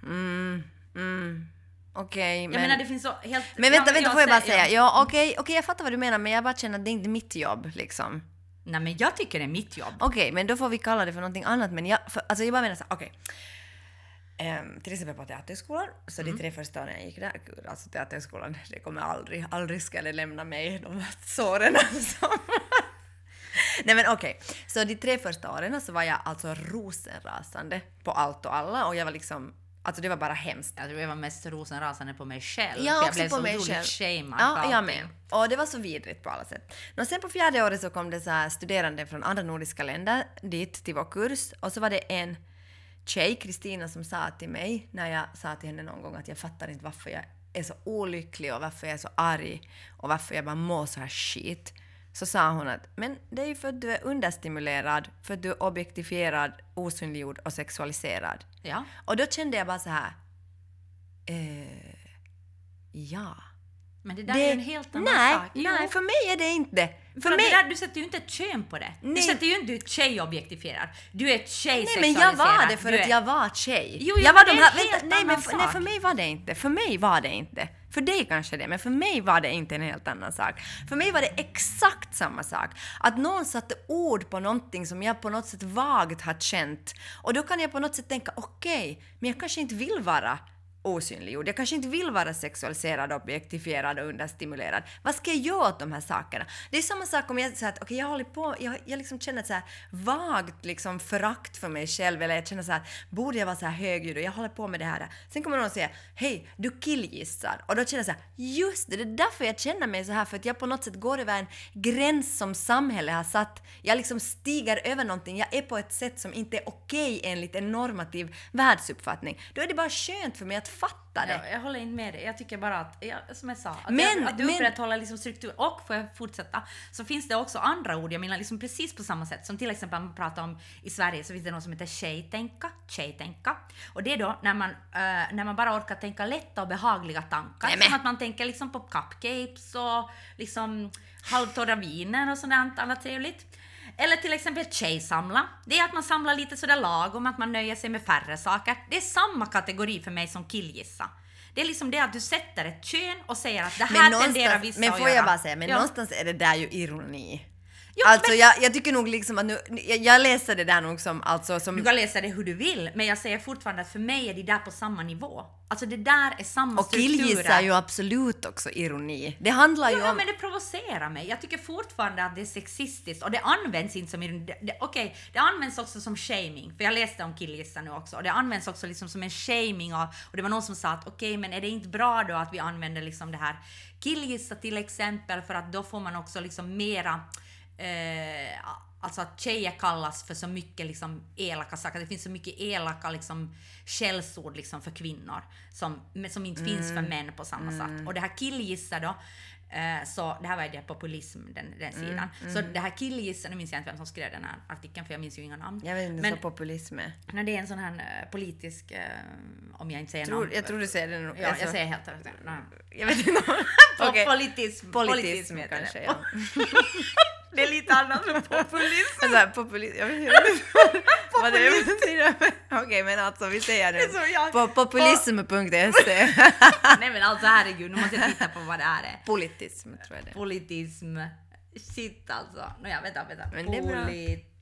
Okej, men... Jag menar, det finns så helt... Men vänta, får jag bara säga. Ja, okej, jag fattar vad du menar, men jag bara känner att det är inte mitt jobb, liksom. Nej, men jag tycker det är mitt jobb. Okej, men då får vi kalla det för någonting annat, men jag bara menar så här, okej. Till exempel på teaterskolan, så de 3 första åren jag gick där, gud, alltså teaterskolan, det kommer aldrig ska det lämna mig de såren som... Nej, men okej. Så de 3 första åren så var jag alltså rosenrasande på allt och alla, och jag var liksom, alltså det var bara hemskt. Jag tror jag var mest rosenrasande på mig själv. Ja, jag blev på så mig roligt själv. shamed. Ja, jag med. Och det var så vidrigt på alla sätt. Och sen på 4:e året så kom det så här studerande från andra nordiska länder dit till vår kurs, och så var det en tjej, Kristina, som sa till mig när jag sa till henne någon gång att jag fattar inte varför jag är så olycklig och varför jag är så arg och varför jag bara mår så här skit. så sa hon att men det är ju för att du är understimulerad, för att du är objektifierad, osynliggjord och sexualiserad. Ja. Och då kände jag bara så här, ja. Men det där är ju en helt annan sak. Nej, för mig är det inte. För mig, det där, du sätter ju inte ett kön på det. Nej. Du sätter ju inte ut tjej objektifierad. Du är ett tjej nej, sexualiserad. men jag var det för att jag var tjej. Jo, jag var det är de här, en helt nej, annan nej, sak. för mig var det inte. För mig var det inte. För dig kanske det, men för mig var det inte en helt annan sak. För mig var det exakt samma sak. Att någon satte ord på någonting som jag på något sätt vagt har känt. Och då kan jag på något sätt tänka, okej, men jag kanske inte vill vara osynliggjord. Jag kanske inte vill vara sexualiserad, objektifierad och understimulerad. Vad ska jag göra åt de här sakerna? Det är samma sak om jag säger att jag håller på, jag liksom känner ett så här vagt liksom förakt för mig själv, eller jag känner så här, borde jag vara så här högljudd och jag håller på med det här. Sen kommer någon och säger, hej, du killgissar. Och då känner jag så här, just det är därför jag känner mig så här, för att jag på något sätt går över en gräns som samhället har satt. Jag liksom stiger över någonting. Jag är på ett sätt som inte är okej enligt en normativ världsuppfattning. Då är det bara skönt för mig att fatta det. Ja, jag håller inte med dig. Jag tycker bara att, som jag sa, att, Men- att du upprätthåller liksom struktur. Och får jag fortsätta, så finns det också andra ord, jag menar liksom precis på samma sätt. Som till exempel man pratar om i Sverige, så finns det något som heter tjejtänka. Och det är då när man bara orkar tänka lätta och behagliga tankar. Nej, men- Som att man tänker liksom på cupcakes och liksom halvtorra viner och sådant annat trevligt. Eller till exempel tjejsamla. Det är att man samlar lite sådär lagom, att man nöjer sig med färre saker. Det är samma kategori för mig som killgissa. Det är liksom det att du sätter ett kön och säger att det här tenderar vissa men att får göra. jag bara säga, men Ja. någonstans är det där ju ironi. Jo, alltså men- jag tycker nog liksom att nu, jag läser det där nog som, alltså som... Du kan läsa det hur du vill, men jag säger fortfarande att för mig är det där på samma nivå. Alltså det där är samma och strukturer. killgissa är ju absolut också ironi. Det handlar ju Ja, om... men det provocerar mig. Jag tycker fortfarande att det är sexistiskt och det används inte som ironi. Okej, det används också som shaming. För jag läste om killgissa nu också. Och det används också liksom som en shaming. Och det var någon som sa att okej, men är det inte bra då att vi använder liksom det här killgissa till exempel, för att då får man också liksom mera... alltså att tjejer kallas för så mycket liksom elaka saker. Det finns så mycket elaka liksom skällsord liksom för kvinnor som inte finns för män på samma sätt. Och det här killgissa då, så det här var det populism, den sidan. Så det här killgissa, nu minns jag inte vem som skrev den här artikeln, för jag minns ju inga namn. Jag vet inte Men vad populism är. när det är en sån här politisk, om jag inte säger namn. Jag tror du säger det nog. Ja, alltså, jag säger helt rätt. Nej. jag vet inte. Okej. Politism heter kanske, det. ja. Det är lite annat med populism. Alltså, populism, jag vet inte vad det är. Okej, men alltså vi säger Det är så jag- det. På populism.se. Nej men alltså herregud, nu måste jag titta på vad det här är. Politism tror jag det. Politism. Shit alltså. Nåja, vänta. Men det är bra.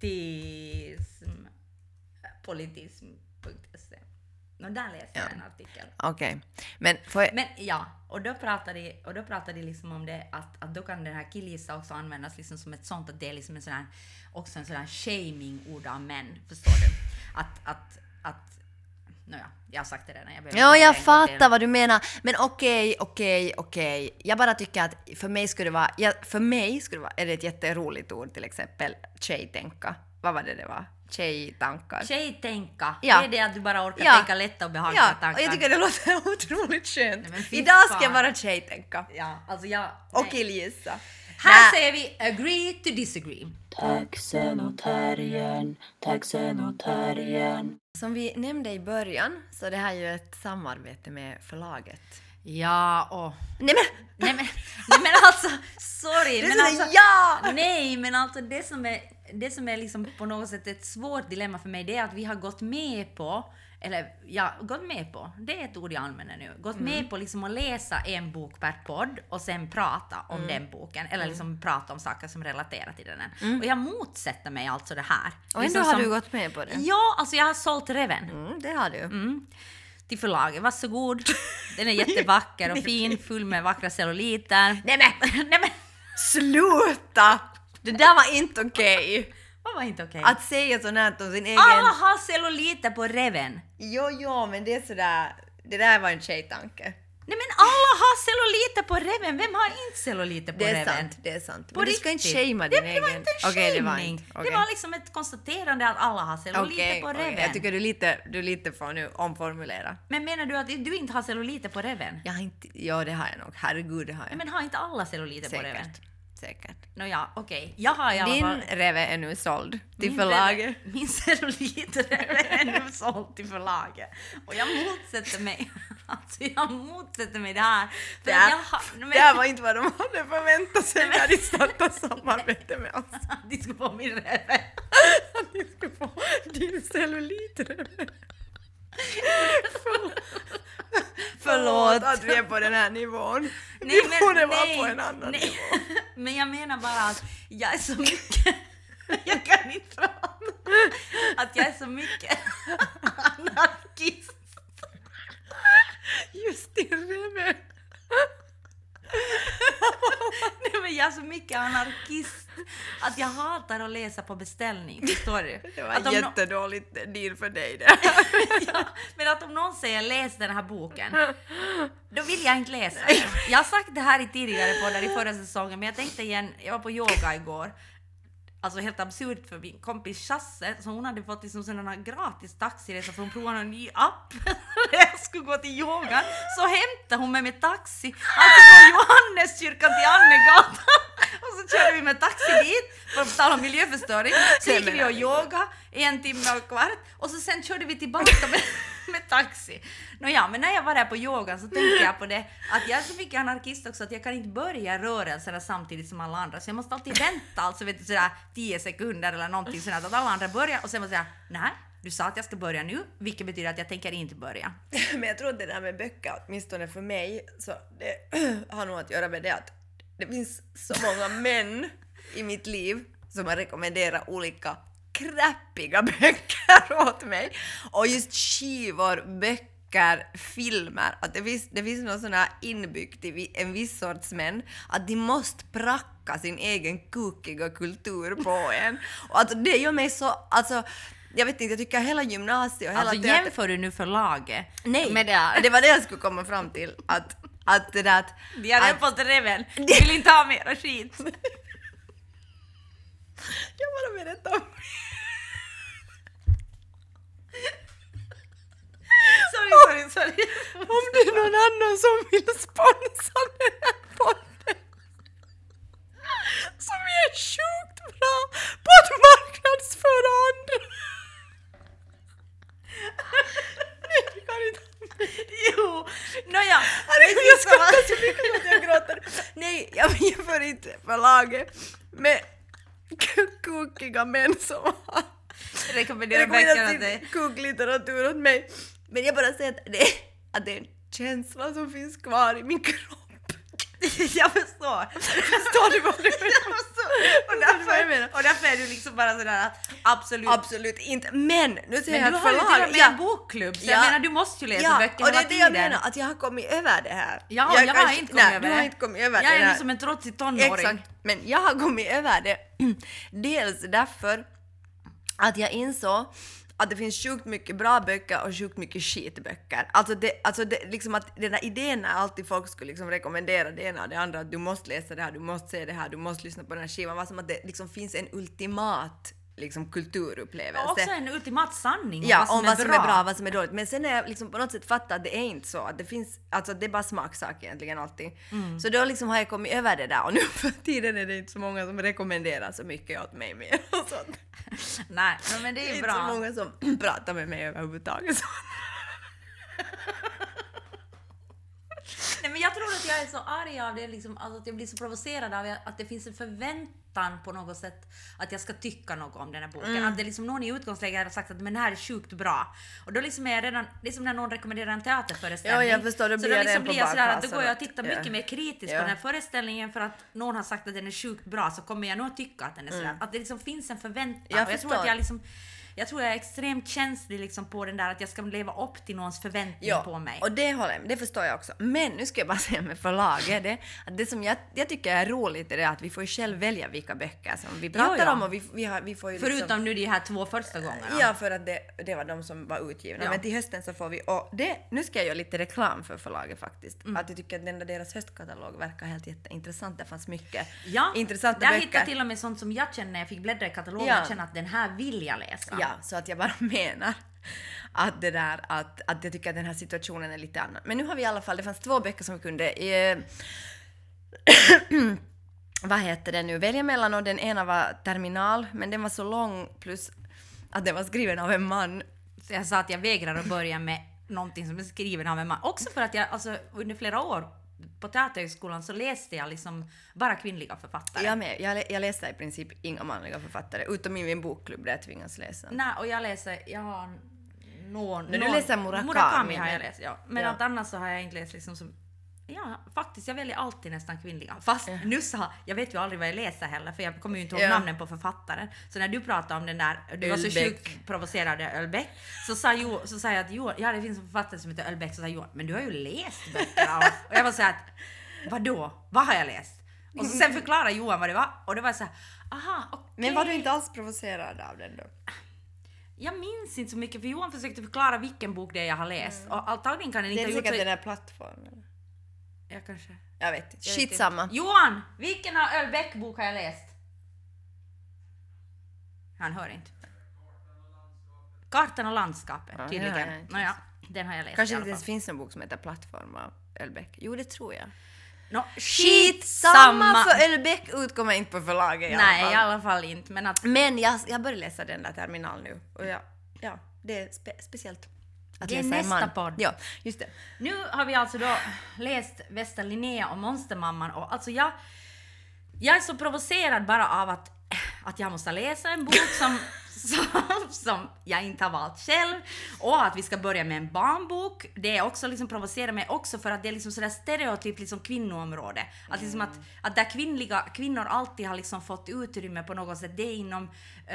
Politism.se. Nå, där läser jag en artikel. Okej, men får jag... Men ja, och då pratar de liksom om det att då kan den här killgissa också användas liksom som ett sånt, att det är liksom en sån här, också en sån här shaming-ord av män, förstår du? Nåja, jag har sagt det redan. Ja, jag fattar vad du menar. Men okej. Jag bara tycker att för mig skulle det vara, är det ett jätteroligt ord, till exempel tjejtänka. Vad var det var? Tjejtankar. Tjejtänka, Ja. det är det att du bara orkar Ja. tänka lätta och behagliga Ja, tankar. och jag tycker det låter otroligt skönt. Nej, men fy Idag ska fan. jag bara tjejtänka. Ja, alltså jag... Och nej. killgissa. Här Nej. säger vi agree to disagree. Taxen och terriern. Som vi nämnde i början så det här är ju ett samarbete med förlaget. Ja, och... Nej men! Nej men alltså, sorry. Det är Men sådär, alltså, ja! Nej, men alltså det som är liksom på något sätt ett svårt dilemma för mig, det är att vi har gått med på, det är ett ord jag använder nu, gått med på liksom att läsa en bok per podd och sen prata om den boken, eller liksom prata om saker som relaterar till den. Och jag motsätter mig alltså det här. Och liksom ändå har som- du gått med på det. Ja, alltså jag har sålt Reven. Det har du. Till förlaget, varsågod. Den är jättevacker och fin, full med vackra celluliter. Nej men! Nej men, Sluta! Det där var inte okej. vad var inte okej? Att säga sånt här om sin egen... Alla har celluliter på Reven. Jo, men det är sådär... Det där var en tjejtanke. Nej men alla har celluliter på Reven. Vem har inte celluliter på Det är Reven? sant, det är sant. På Men du ska inte riktigt. shamea din egen... Det var inte en Okej, det var shaming. inte. Det Okej. var liksom ett konstaterande att alla har celluliter på Reven. Jag tycker du lite får nu omformulera. Men menar du att du inte har celluliter på Reven? Jag har inte... Ja, det har jag nog. Herregud, det har jag. Nej, men har inte alla celluliter på Reven? säkert. Nåja, okej. Jag har i alla Din fall... reve är nu såld till Min förlaget. Min celluliträve är nu såld till förlaget. Och jag motsätter mig. Alltså jag motsätter mig det här. För Ja, jag har, det här var inte vad de hade förväntat sig när de startade samarbete med oss. de skulle få min reve. De skulle få din cellulitreve. Förlåt att vi är på den här nivån. Vi borde vara på en annan nivå. Men jag menar bara att jag är så mycket... Jag kan inte prata. Att jag är så mycket anarkist. Just din reve. Nej, men jag är så mycket anarkist att jag hatar att läsa på beställning, förstår du? Det var att jättedåligt deal för dig det. Ja, men att om någon säger läs den här boken, då vill jag inte läsa den. Jag har sagt det här i tidigare poddar i förra säsongen, men jag tänkte igen, jag var på yoga igår. Alltså helt absurt för min kompis Chasse, så hon hade fått liksom sådana gratis taxiresa för hon provade en ny app. När jag skulle gå till yoga så hämtade hon mig med taxi. Alltså från Johanneskyrkan till Annegatan. Och så körde vi med taxi dit för att tala om miljöförstöring. Så gick vi och yoga 1 timme och kvart. Och så sen körde vi tillbaka med taxi. Nåja, men när jag var där på yoga så tänkte jag på det att jag är så mycket anarkist också att jag kan inte börja rörelserna samtidigt som alla andra. Så jag måste alltid vänta, alltså vet du, sådär 10 sekunder eller någonting sådär att alla andra börjar och sen måste jag säga, nej, du sa att jag ska börja nu, vilket betyder att jag tänker inte börja. Men jag tror att det där med böcker, åtminstone för mig, så det har nog att göra med det att det finns så många män i mitt liv som har rekommenderat olika krappiga böcker åt mig. Och just skivor, böcker, filmer. Att det finns något sån här inbyggt i en viss sorts män. Att de måste pracka sin egen kukiga kultur på en. Och alltså, det gör mig så... Alltså, jag vet inte, jag tycker hela gymnasiet och hela Alltså jämför du nu förlaget? Nej, med det var det jag skulle komma fram till. Att det där... De har redan fått reven. Du vill inte ha mera skit. Jag bara berätta om... Sorry. Om det är någon annan som vill sponsra den här podden som är sjukt bra på att marknadsföra andra. Nej, du kan inte. Jo, nåja. Jag skrattar så mycket att jag gråter. Nej, jag jämför inte förlaget med kukiga män som har Rekommenderar böckerna till dig. kuglitteratur åt mig. Men jag bara säger att det är en känsla som finns kvar i min kropp. Jag förstår. Förstår du vad du menar? Och därför är du liksom bara sådär absolut. Absolut inte. Men nu säger jag Men att du har ju till och förlag... med en bokklubb, så jag menar du måste ju läsa böcker och det hela är det jag tiden. menar, att jag har kommit över det här. Jag har inte kommit över det. Du har inte kommit över jag det är här. nu som en trotsig tonåring. Exakt, men jag har kommit över det. Dels därför att jag insåg att det finns sjukt mycket bra böcker och sjukt mycket skitböcker. Alltså det liksom att den där idén när alltid folk skulle liksom rekommendera det ena och det andra, att du måste läsa det här, du måste se det här, du måste lyssna på den här skivan, var som att det liksom finns en ultimat liksom kulturupplevelse. Och också en ultimat sanning om Ja, vad som om vad som är är bra, vad som är dåligt. Men sen är jag liksom på något sätt fattat att det är inte så. Att det finns, alltså det är bara smaksak egentligen alltid. Så då liksom har jag kommit över det där. Och nu för tiden är det inte så många som rekommenderar så mycket åt mig mer. Och sånt. Nej, men det är inte bra. så många som pratar med mig överhuvudtaget. Nej, men jag tror att jag är så arg av det, liksom, alltså att jag blir så provocerad av att det finns en förväntan på något sätt att jag ska tycka något om den här boken. Att det liksom någon i utgångsläget har sagt att men det här är sjukt bra. Och då liksom är jag redan, det är som när någon rekommenderar en teaterföreställning. Ja, jag förstår, då så blir då jag liksom redan på blir jag sådär att då bakhasen går jag och tittar mycket ja. mer kritiskt Ja. på den här föreställningen för att någon har sagt att den är sjukt bra, så kommer jag nog att tycka att den är sådär. Att det liksom finns en förväntan. Jag Och jag tror förstår. att jag tror jag är extremt känslig liksom på den där att jag ska leva upp till någons förväntning på mig. Och det förstår jag också. Men nu ska jag bara säga med förlaget att det som jag tycker är roligt är det att vi får ju själv välja vilka böcker som vi pratar om och vi får ju Förutom liksom, nu de här 2 första gångerna. ja, för att det var de som var utgivna. Ja. Men till hösten så får vi... Och nu ska jag göra lite reklam för förlaget faktiskt. Att jag tycker att den där deras höstkatalog verkar helt jätteintressant. Det fanns mycket intressanta där böcker. hittade till och med sånt som jag känner när jag fick bläddra i katalogen. Ja. Jag känner att den här vill jag läsa. Ja, så att jag bara menar att det där att jag tycker att den här situationen är lite annan. Men nu har vi i alla fall, det fanns 2 böcker som vi kunde vad heter det nu, välja mellan, och den ena var terminal, men den var så lång plus att den var skriven av en man. Så jag sa att jag vägrar att börja med någonting som är skriven av en man. Också för att jag alltså, under flera år på Teaterhögskolan så läste jag liksom bara kvinnliga författare. Jag läste i princip inga manliga författare, utom i min bokklubb där jag tvingas läsa. Nej, och jag har Du läser Murakami har jag läst, ja. Men allt annat så har jag inte läst liksom som... Ja, faktiskt, jag väljer alltid nästan kvinnliga. Fast nu jag vet ju aldrig vad jag läser heller, för jag kommer ju inte ihåg namnen på författaren. Så när du pratade om den där, du var så sjukt provocerad Ölbeck, så sa jag att Johan, det finns en författare som heter Ölbeck, så sa Johan, men du har ju läst böckerna. Och jag var så här, vadå? Vad har jag läst? Och så sen förklarade Johan vad det var, och det var så här, aha, okej. Men var du inte alls provocerad av den då? Jag minns inte så mycket, för Johan försökte förklara vilken bok det är jag har läst. Och antagligen kan den inte ha gjort så... Det är säkert den här plattformen. Ja, kanske. Jag vet inte. Skitsamma. Johan, vilken av Ölbeck-bok har jag läst? Han hör inte. Kartan och landskapet, tydligen. Nåja, den har jag läst. Kanske inte ens finns en bok som heter Plattform av Ölbeck. Jo, det tror jag. Skitsamma! För Ölbeck utkommer inte på förlaget i alla fall. Nej, i alla fall inte. Men jag börjar läsa den där terminal nu. Och det är speciellt. Att det är nästa podd. Ja, just det. Nu har vi alltså då läst Västra Linnea och Monstermamman, och alltså jag är så provocerad bara av att jag måste läsa en bok som jag inte har valt själv, och att vi ska börja med en barnbok. Det är också liksom provocerar mig också för att det är liksom sådär stereotyp liksom kvinnoområde. Att liksom att där kvinnor alltid har liksom fått utrymme på något sätt, det är inom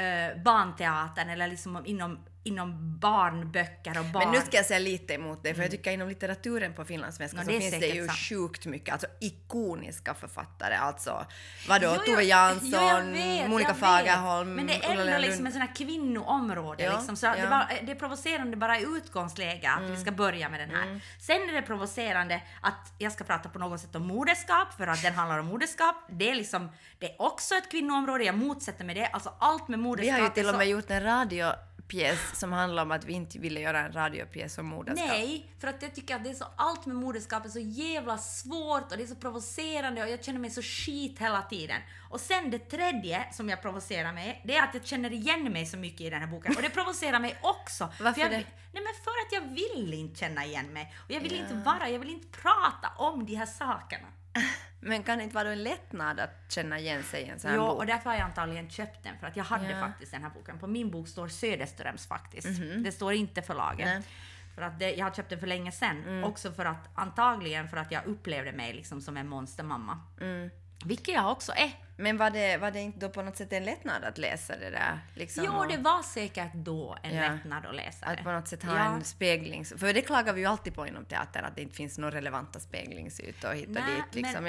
barnteatern eller liksom inom barnböcker och barn. Men nu ska jag säga lite emot det, för jag tycker inom litteraturen på finlandssvenska så finns det ju sjukt mycket, alltså ikoniska författare, alltså vadå, Tove Jansson, Monica Fagerholm, men det är ändå liksom en sån här kvinnoområde liksom, så det är provocerande bara i utgångsläge att vi ska börja med den här. Sen är det provocerande att jag ska prata på något sätt om moderskap, för att den handlar om moderskap. Det är också ett kvinnoområde, jag motsätter mig det, alltså allt med moderskap. Vi har ju till och med gjort en radiopjäs som handlar om att vi inte ville göra en radiopjäs om moderskap. Nej, för att jag tycker att det är så, allt med moderskap är så jävla svårt och det är så provocerande och jag känner mig så skit hela tiden. Och sen det tredje som jag provocerar mig, det är att jag känner igen mig så mycket i den här boken. Och det provocerar mig också. Varför det? Nej, men för att jag vill inte känna igen mig. Och jag vill inte prata om de här sakerna. Men kan det inte vara en lättnad att känna igen sig i en sån här bok? Jo, och därför har jag antagligen köpt den, för att jag hade faktiskt den här boken. På min bok står Söderströms faktiskt. Det står inte förlaget. Nej. För att jag har köpt den för länge sedan. Också för att, antagligen för att jag upplevde mig liksom som en monstermamma. Vilket jag också är. Men var det inte då på något sätt en lättnad att läsa det där? Liksom, jo, det var säkert då en lättnad att läsa det. Att på något sätt ha en spegling. För det klagar vi ju alltid på inom teatern, att det inte finns några relevanta speglingsytor och hitta dit. Liksom.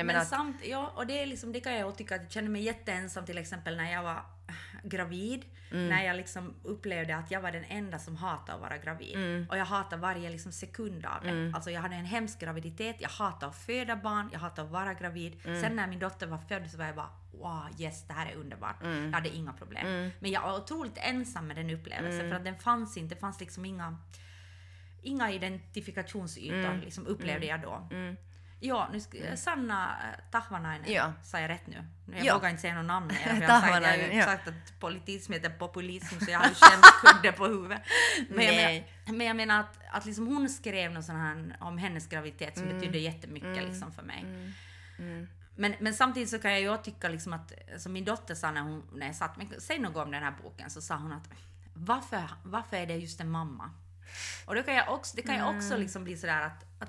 Och det är liksom, det kan jag tycka att jag känner mig jätteensam till exempel när jag var gravid. När jag liksom upplevde att jag var den enda som hatade att vara gravid. Och jag hatade varje liksom sekund av det. Alltså jag hade en hemsk graviditet, jag hatade att föda barn, jag hatade att vara gravid. Sen när min dotter var född så var jag bara, wow, yes, det här är underbart. Jag hade inga problem. Men jag var otroligt ensam med den upplevelsen, för att det fanns liksom inga identifikationsytor liksom, upplevde jag då. Ja, nu Sanna Tahvanainen, sa jag rätt nu? Jag vågar inte säga någon namn mer. Jag har sagt att politism heter populism, så jag har ju skämskudde på huvudet. Men jag menar att liksom hon skrev någon sån här om hennes graviditet som betydde jättemycket liksom för mig. Men samtidigt så kan jag ju tycka liksom att, som min dotter sa när jag satt, men säg något om den här boken, så sa hon att varför är det just en mamma? Och det kan jag också liksom bli sådär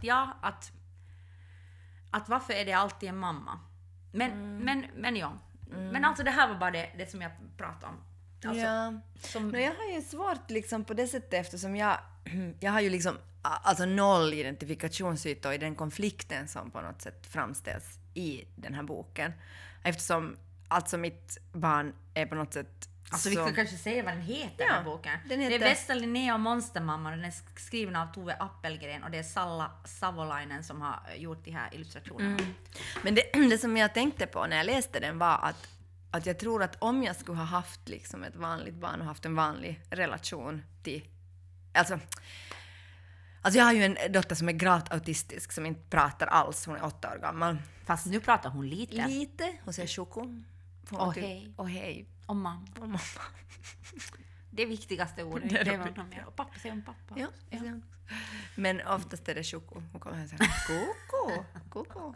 att varför är det alltid en mamma? Men ja. Men alltså det här var bara det som jag pratade om. Alltså, jag har ju svårt liksom på det sättet, eftersom jag har ju liksom alltså noll identifikationsytor i den konflikten som på något sätt framställs i den här boken. Eftersom alltså mitt barn är på något sätt alltså vi kan kanske säga vad den heter, den här boken. Det är Västra Linnea och Monstermamman, och den är skriven av Tove Appelgren, och det är Salla Savolainen som har gjort de här illustrationerna. Men det som jag tänkte på när jag läste den var att jag tror att om jag skulle ha haft liksom ett vanligt barn och haft en vanlig relation till, alltså Alltså jag har ju en dotter som är gravt autistisk som inte pratar alls. Hon är 8 år gammal. Fast nu pratar hon lite. Lite. Hon säger choko. Och hej. Och hej. Och mamma. Och mamma. Det viktigaste ordet. Det är Det är roligt. vad mer. Och pappa säger om pappa. Ja, det säger hon. Men oftast är det choko. Hon kommer och säger koko. Koko.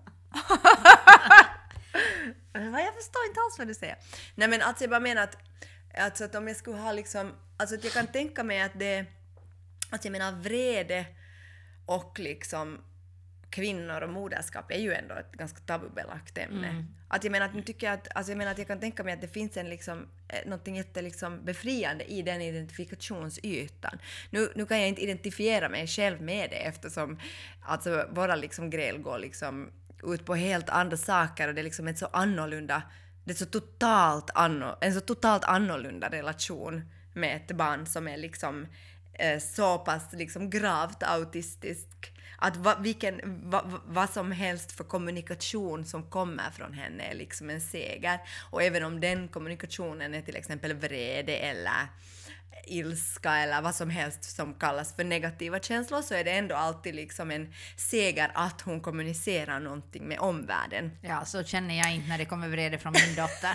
Jag förstår inte alls vad du säger. Nej men alltså jag bara menar att om jag skulle ha liksom, alltså att jag kan tänka mig att det, att jag menar vrede och liksom kvinnor och moderskap är ju ändå ett ganska tabubelagt ämne. Att jag menar att nu tycker jag att, alltså jag menar att jag kan tänka mig att det finns en liksom någonting jätte liksom befriande i den identifikationsytan. Nu kan jag inte identifiera mig själv med det eftersom alltså våra liksom gräl går liksom ut på helt andra saker och det är liksom ett så annorlunda, det är så en så totalt annorlunda relation med ett barn som är liksom så pass liksom gravt autistisk att vad som helst för kommunikation som kommer från henne är liksom en seger. Och även om den kommunikationen är till exempel vrede eller ilska eller vad som helst som kallas för negativa känslor så är det ändå alltid liksom en seger att hon kommunicerar någonting med omvärlden. Ja, så känner jag inte när det kommer vrede från min dotter.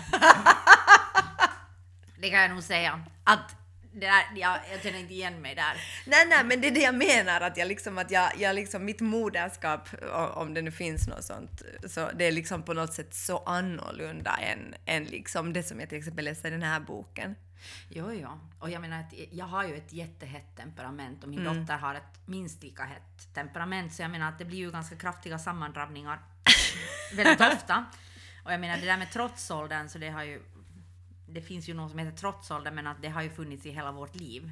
Det kan jag nog säga. Att det där, jag känner inte igen mig där. Nej, men det är det jag menar, att jag liksom mitt moderskap, om det nu finns något sånt, så det är liksom på något sätt så annorlunda än liksom det som jag till exempel läser i den här boken. Jo. Och jag menar att jag har ju ett jättehett temperament och min dotter har ett minst lika hett temperament, så jag menar att det blir ju ganska kraftiga sammandrabbningar väldigt ofta. Och jag menar det där med trotsåldern, så det finns ju något som heter trotsålder, men att det har ju funnits i hela vårt liv.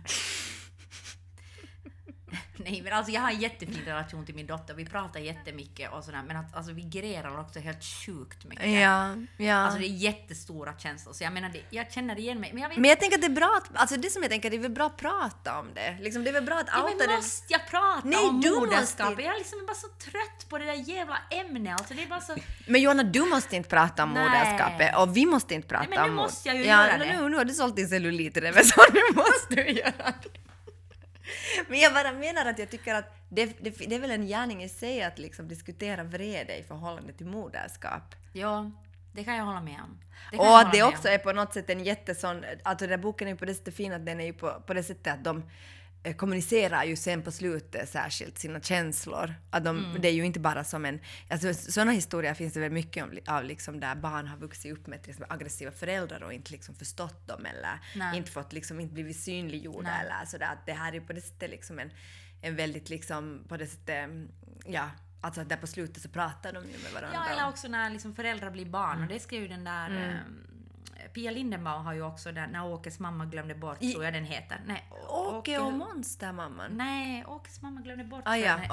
Nej, men alltså jag har en jättefin relation till min dotter. Vi pratar jättemycket och sådär, men att alltså vi grälar också helt sjukt mycket. Ja. Alltså det är jättestora känslor. Så jag menar, jag känner igen mig. Men jag tänker att det är bra att, alltså det som jag tänker, det är väl bra att prata om det. Liksom, det är väl bra att outa det. Men måste jag prata Nej, om du moderskap? måste. Jag liksom är bara så trött på det där jävla ämnet. Alltså det är bara så... Men Johanna, du måste inte prata om Nej. moderskapet och vi måste inte prata om... Nej, men nu måste jag ju göra det. Nu har du sålt din cellulit i det, men så nu måste du göra det. Men jag bara menar att jag tycker att det är väl en gärning i sig att liksom diskutera vrede i förhållande till moderskap. Ja, det kan jag hålla med om. Och att det också är på något sätt en jättesån... Alltså den där boken är ju på det sättet fin att den är ju på det sättet att de kommunicerar ju sen på slutet särskilt sina känslor. Att det är ju inte bara som en... Alltså sådana historier finns det väl mycket av liksom där barn har vuxit upp med till exempel aggressiva föräldrar och inte liksom förstått dem eller inte fått liksom inte blivit synliggjorda eller sådär. Att det här är på det sättet liksom en väldigt liksom på det sättet, ja, alltså att där på slutet så pratar de ju med varandra. Ja, eller också när liksom föräldrar blir barn och det skrev ju den där... Pia Lindenbaum har ju också den, när Åkes mamma glömde bort, tror jag den heter. Nej, Åke och monstermamman. Nej, Åkes mamma glömde bort.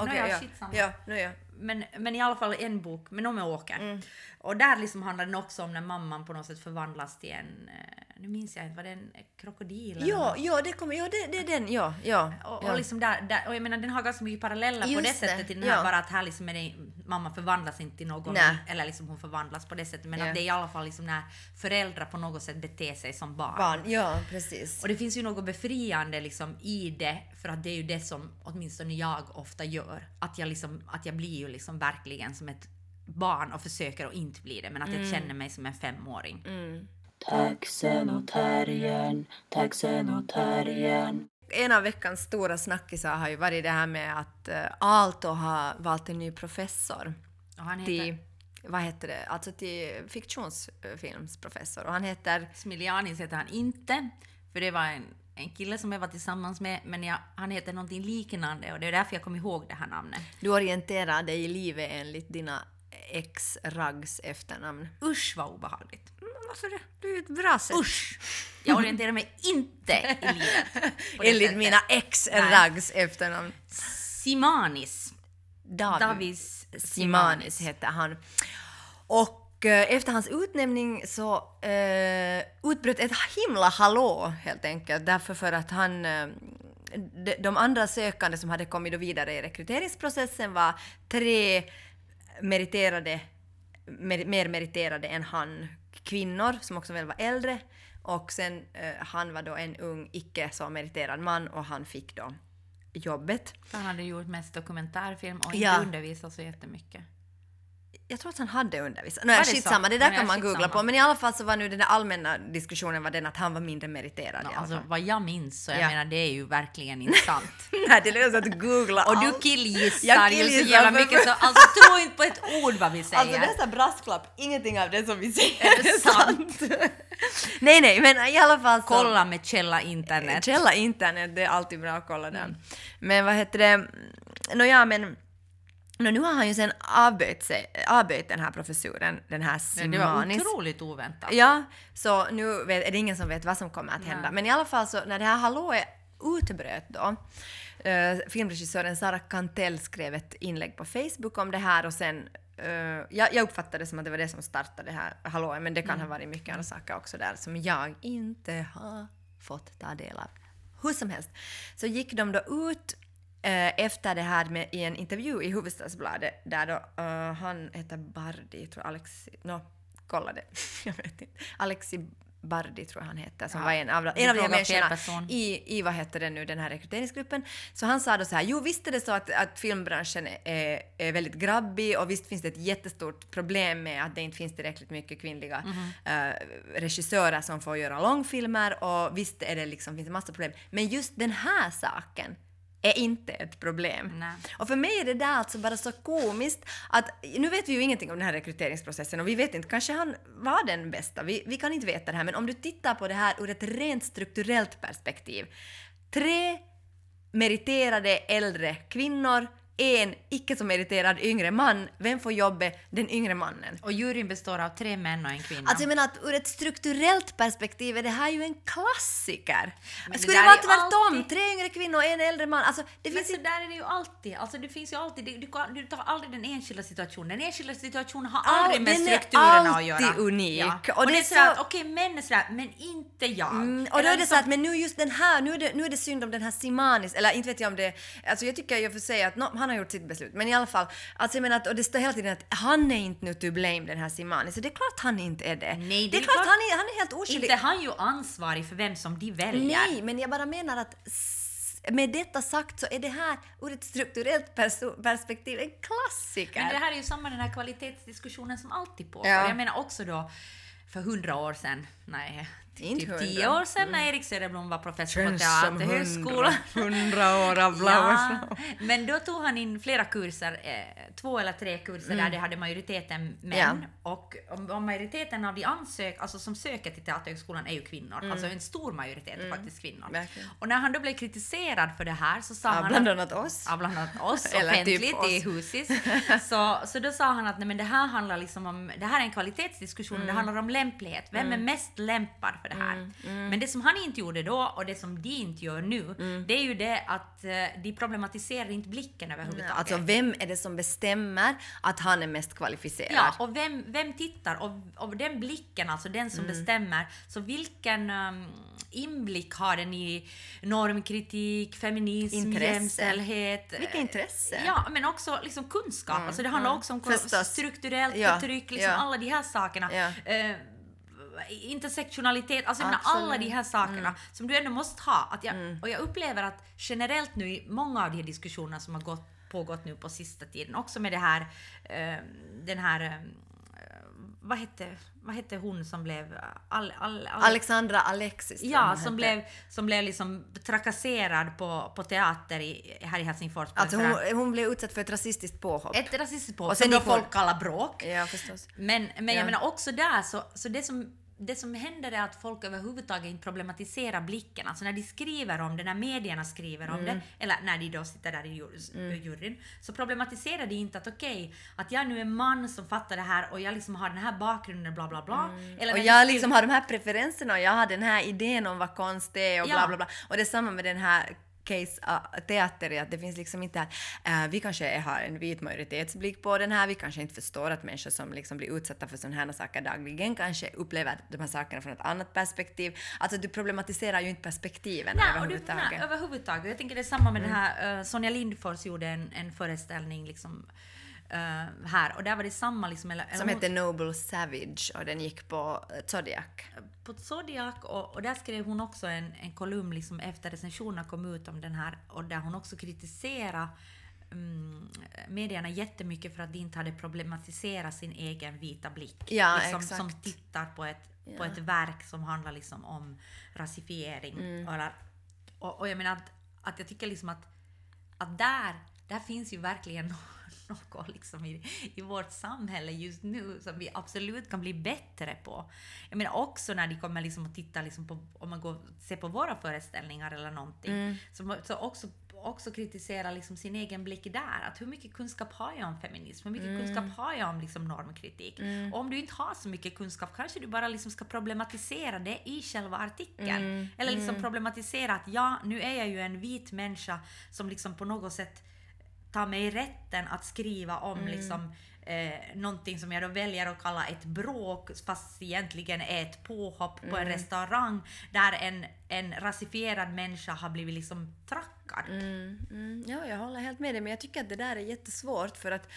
Men i alla fall en bok, men om Åke. Och där liksom handlar den också om när mamman på något sätt förvandlas till en, nu minns jag inte, var det en krokodil? Det är den, ja. Och liksom där, och jag menar den har ganska mycket paralleller på det sättet till den här, bara att här liksom är det, mamma förvandlas inte till någon, eller liksom hon förvandlas på det sättet, men att det är i alla fall liksom när föräldrar på något sätt beter sig som barn. Ja, precis. Och det finns ju något befriande liksom i det, för att det är ju det som åtminstone jag ofta gör, att jag blir ju liksom verkligen som ett barn och försöker att inte bli det, men att jag känner mig som en 5-åring. Taxenotarien. En av veckans stora snackisar har ju varit det här med att Aalto har valt en ny professor. Och han heter till, vad heter det? Alltså till fiktionsfilmsprofessor. Och han heter... Smilianis heter han inte, för det var en kille som jag var tillsammans med, men han heter någonting liknande och det är därför jag kom ihåg det här namnet. Du orienterar dig i livet enligt dina ex-rags efternamn. Usch vad obehagligt. Varför det? Det är ju ett bra sätt. Usch! Jag orienterar mig inte i livet. Enligt mina ex-rags efternamn. Simanis. Davis Simanis heter han. Och efter hans utnämning så utbröt ett himla hallå helt enkelt. Därför för att han... De andra sökande som hade kommit vidare i rekryteringsprocessen var 3 mer meriterade än han kvinnor som också väl var äldre, och sen han var då en ung icke så meriterad man och han fick då jobbet. Han hade gjort mest dokumentärfilm och Ja. inte undervisat så jättemycket. Jag tror att han hade undervisat. Var det Skitsamma, så? det där Ja, kan man skitsamma. googla på. Men i alla fall så var nu den allmänna diskussionen var den att han var mindre meriterad i alla Alltså fall. vad jag minns så jag Ja. menar det är ju verkligen inte sant. Nej, det är löst att googla Och du allt. killgissar Jag ju så killgissar jävla för- mycket så alltså tro inte på ett ord vad vi säger. Alltså det är så här brasklapp, ingenting av det som vi säger Är det sant? nej, men i alla fall så... Kolla med källa internet. Källa internet, det är alltid bra att kolla den. Men vad heter det? Nu har han ju sen avböjt den här professuren, den här Det var Simanis. otroligt oväntat. Ja, så nu är det ingen som vet vad som kommer att hända. Nej. Men i alla fall så när det här hallået utbröt då, filmregissören Sara Kantell skrev ett inlägg på Facebook om det här och sen jag uppfattade det som att det var det som startade det här hallået, men det kan ha varit mycket andra saker också där som jag inte har fått ta del av. Hur som helst så gick de då ut efter det här i en intervju i Hufvudstadsbladet där då han heter Bardi, tror kolla det, jag vet inte, Alexi Bardi tror jag han heter, som var en av de här människorna i vad heter det nu, den här rekryteringsgruppen. Så han sa då så här, jo visst är det så att filmbranschen är väldigt grabbig och visst finns det ett jättestort problem med att det inte finns tillräckligt mycket kvinnliga regissörer som får göra långfilmer och visst är det liksom, finns det massa problem. Men just den här saken är inte ett problem. Nej. Och för mig är det där alltså bara så komiskt att nu vet vi ju ingenting om den här rekryteringsprocessen och vi vet inte, kanske han var den bästa, vi kan inte veta det här, men om du tittar på det här ur ett rent strukturellt perspektiv, 3 meriterade äldre kvinnor, en icke så meriterad yngre man, vem får jobbet? Den yngre mannen. Och juryn består av 3 män och en kvinna. Alltså jag menar att ur ett strukturellt perspektiv är det här ju en klassiker. Men Skulle det det där vara är ju tvärtom? alltid- 3 yngre kvinnor och en äldre man. Alltså det Men finns så inte... där är det ju alltid. Alltså det finns ju alltid, du tar aldrig den enskilda situationen. Den enskilda situationen har aldrig med den är strukturerna att göra. alltid unik. Ja. Och Och det det är är sådär så- att okej, män är sådär, men inte jag. Och då är det så att, men nu just den här, nu är det synd om den här Simanis, eller inte vet jag om det, alltså jag tycker jag får säga att han har gjort sitt beslut, men i alla fall, alltså jag menar att, och det står hela tiden att han är inte nu to blame den här Simanis, så det är klart han inte är det. Nej, det är klart han är helt oskyldig. Inte han ju ansvarig för vem som de väljer. Nej, men jag bara menar att med detta sagt så är det här ur ett strukturellt perspektiv en klassiker. Men det här är ju samma den här kvalitetsdiskussionen som alltid pågår. Ja. Jag menar också då för 100 år sedan, nej, Inte typ 100. 10 år sedan när Erik Söderblom var professor på Känns som Teaterhögskolan. 100 år av Ja, men då tog han in flera kurser, 2 eller 3 kurser där det hade majoriteten män och majoriteten av de alltså som söker till Teaterhögskolan är ju kvinnor, alltså en stor majoritet är faktiskt kvinnor. Verkligen. Och när han då blev kritiserad för det här så sa han bland att- annat oss. Ja, bland annat oss Eller offentligt typ oss. i Husis. Så då sa han att nej, men det här handlar liksom om, det här är en kvalitetsdiskussion, det handlar om lämplighet. Vem är mest lämpad för det här? Men det som han inte gjorde då och det som de inte gör nu, det är ju det att de problematiserar inte blicken överhuvudtaget. Alltså vem är det som bestämmer att han är mest kvalificerad? Ja, och vem tittar? Och den blicken, alltså den som bestämmer, så vilken inblick har den i normkritik, feminism, Intresse. jämställdhet? Vilka intresse? Ja, men också liksom kunskap. Alltså det handlar också om Förstås. strukturellt Ja, förtryck, liksom ja. alla de här sakerna. Ja. Intersektionalitet, alltså jag menar alla de här sakerna som du ändå måste ha. Och jag upplever att generellt nu i många av de här diskussionerna som har pågått nu på sista tiden, också med det här, den här, vad hette hon som blev Alexandra Alexis. Ja, som blev liksom trakasserad på teater här i Helsingfors. Alltså hon blev utsatt för ett rasistiskt påhopp. Ett rasistiskt påhopp, Och sen som då gick hon- folk kallar bråk. Ja, förstås. Men Ja. jag menar också där, så det som händer är att folk överhuvudtaget inte problematiserar blicken. Alltså när de skriver om det, när medierna skriver om det, eller när de då sitter där i juryn, så problematiserar de inte att okej, att jag nu är man som fattar det här och jag liksom har den här bakgrunden, bla bla bla. Eller Och när jag de liksom har de här preferenserna och jag har den här idén om vad konst är och bla Ja. bla bla. Och det är samma med den här teater, att det finns liksom inte här, vi kanske har en vit majoritetsblick på den här, vi kanske inte förstår att människor som liksom blir utsatta för sådana här saker dagligen kanske upplever de här sakerna från ett annat perspektiv. Alltså du problematiserar ju inte perspektiven överhuvudtaget. överhuvudtaget. Jag tänker det är samma med den här, Sonja Lindfors gjorde en föreställning liksom, här, och där var det samma liksom, eller Som heter Noble Savage, och den gick på Zodiac. På Zodiac, och där skrev hon också en kolumn liksom efter recensionerna kom ut om den här, och där hon också kritiserade medierna jättemycket för att de inte hade problematiserat sin egen vita blick. Ja, liksom, exakt. som tittar på ett verk som handlar liksom om rasifiering. Och jag menar att jag tycker liksom att där finns ju verkligen något liksom i vårt samhälle just nu som vi absolut kan bli bättre på. Jag menar också när de kommer liksom att titta liksom på, om man går och ser på våra föreställningar eller någonting, så också kritisera liksom sin egen blick där. Att hur mycket kunskap har jag om feminism? Hur mycket kunskap har jag om liksom normkritik? Och om du inte har så mycket kunskap, kanske du bara liksom ska problematisera det i själva artikeln. Eller liksom problematisera att nu är jag ju en vit människa som liksom på något sätt tar mig rätten att skriva om liksom någonting som jag då väljer att kalla ett bråk, fast egentligen är ett påhopp på en restaurang där en rasifierad människa har blivit liksom trackad. Ja, jag håller helt med dig, men jag tycker att det där är jättesvårt för att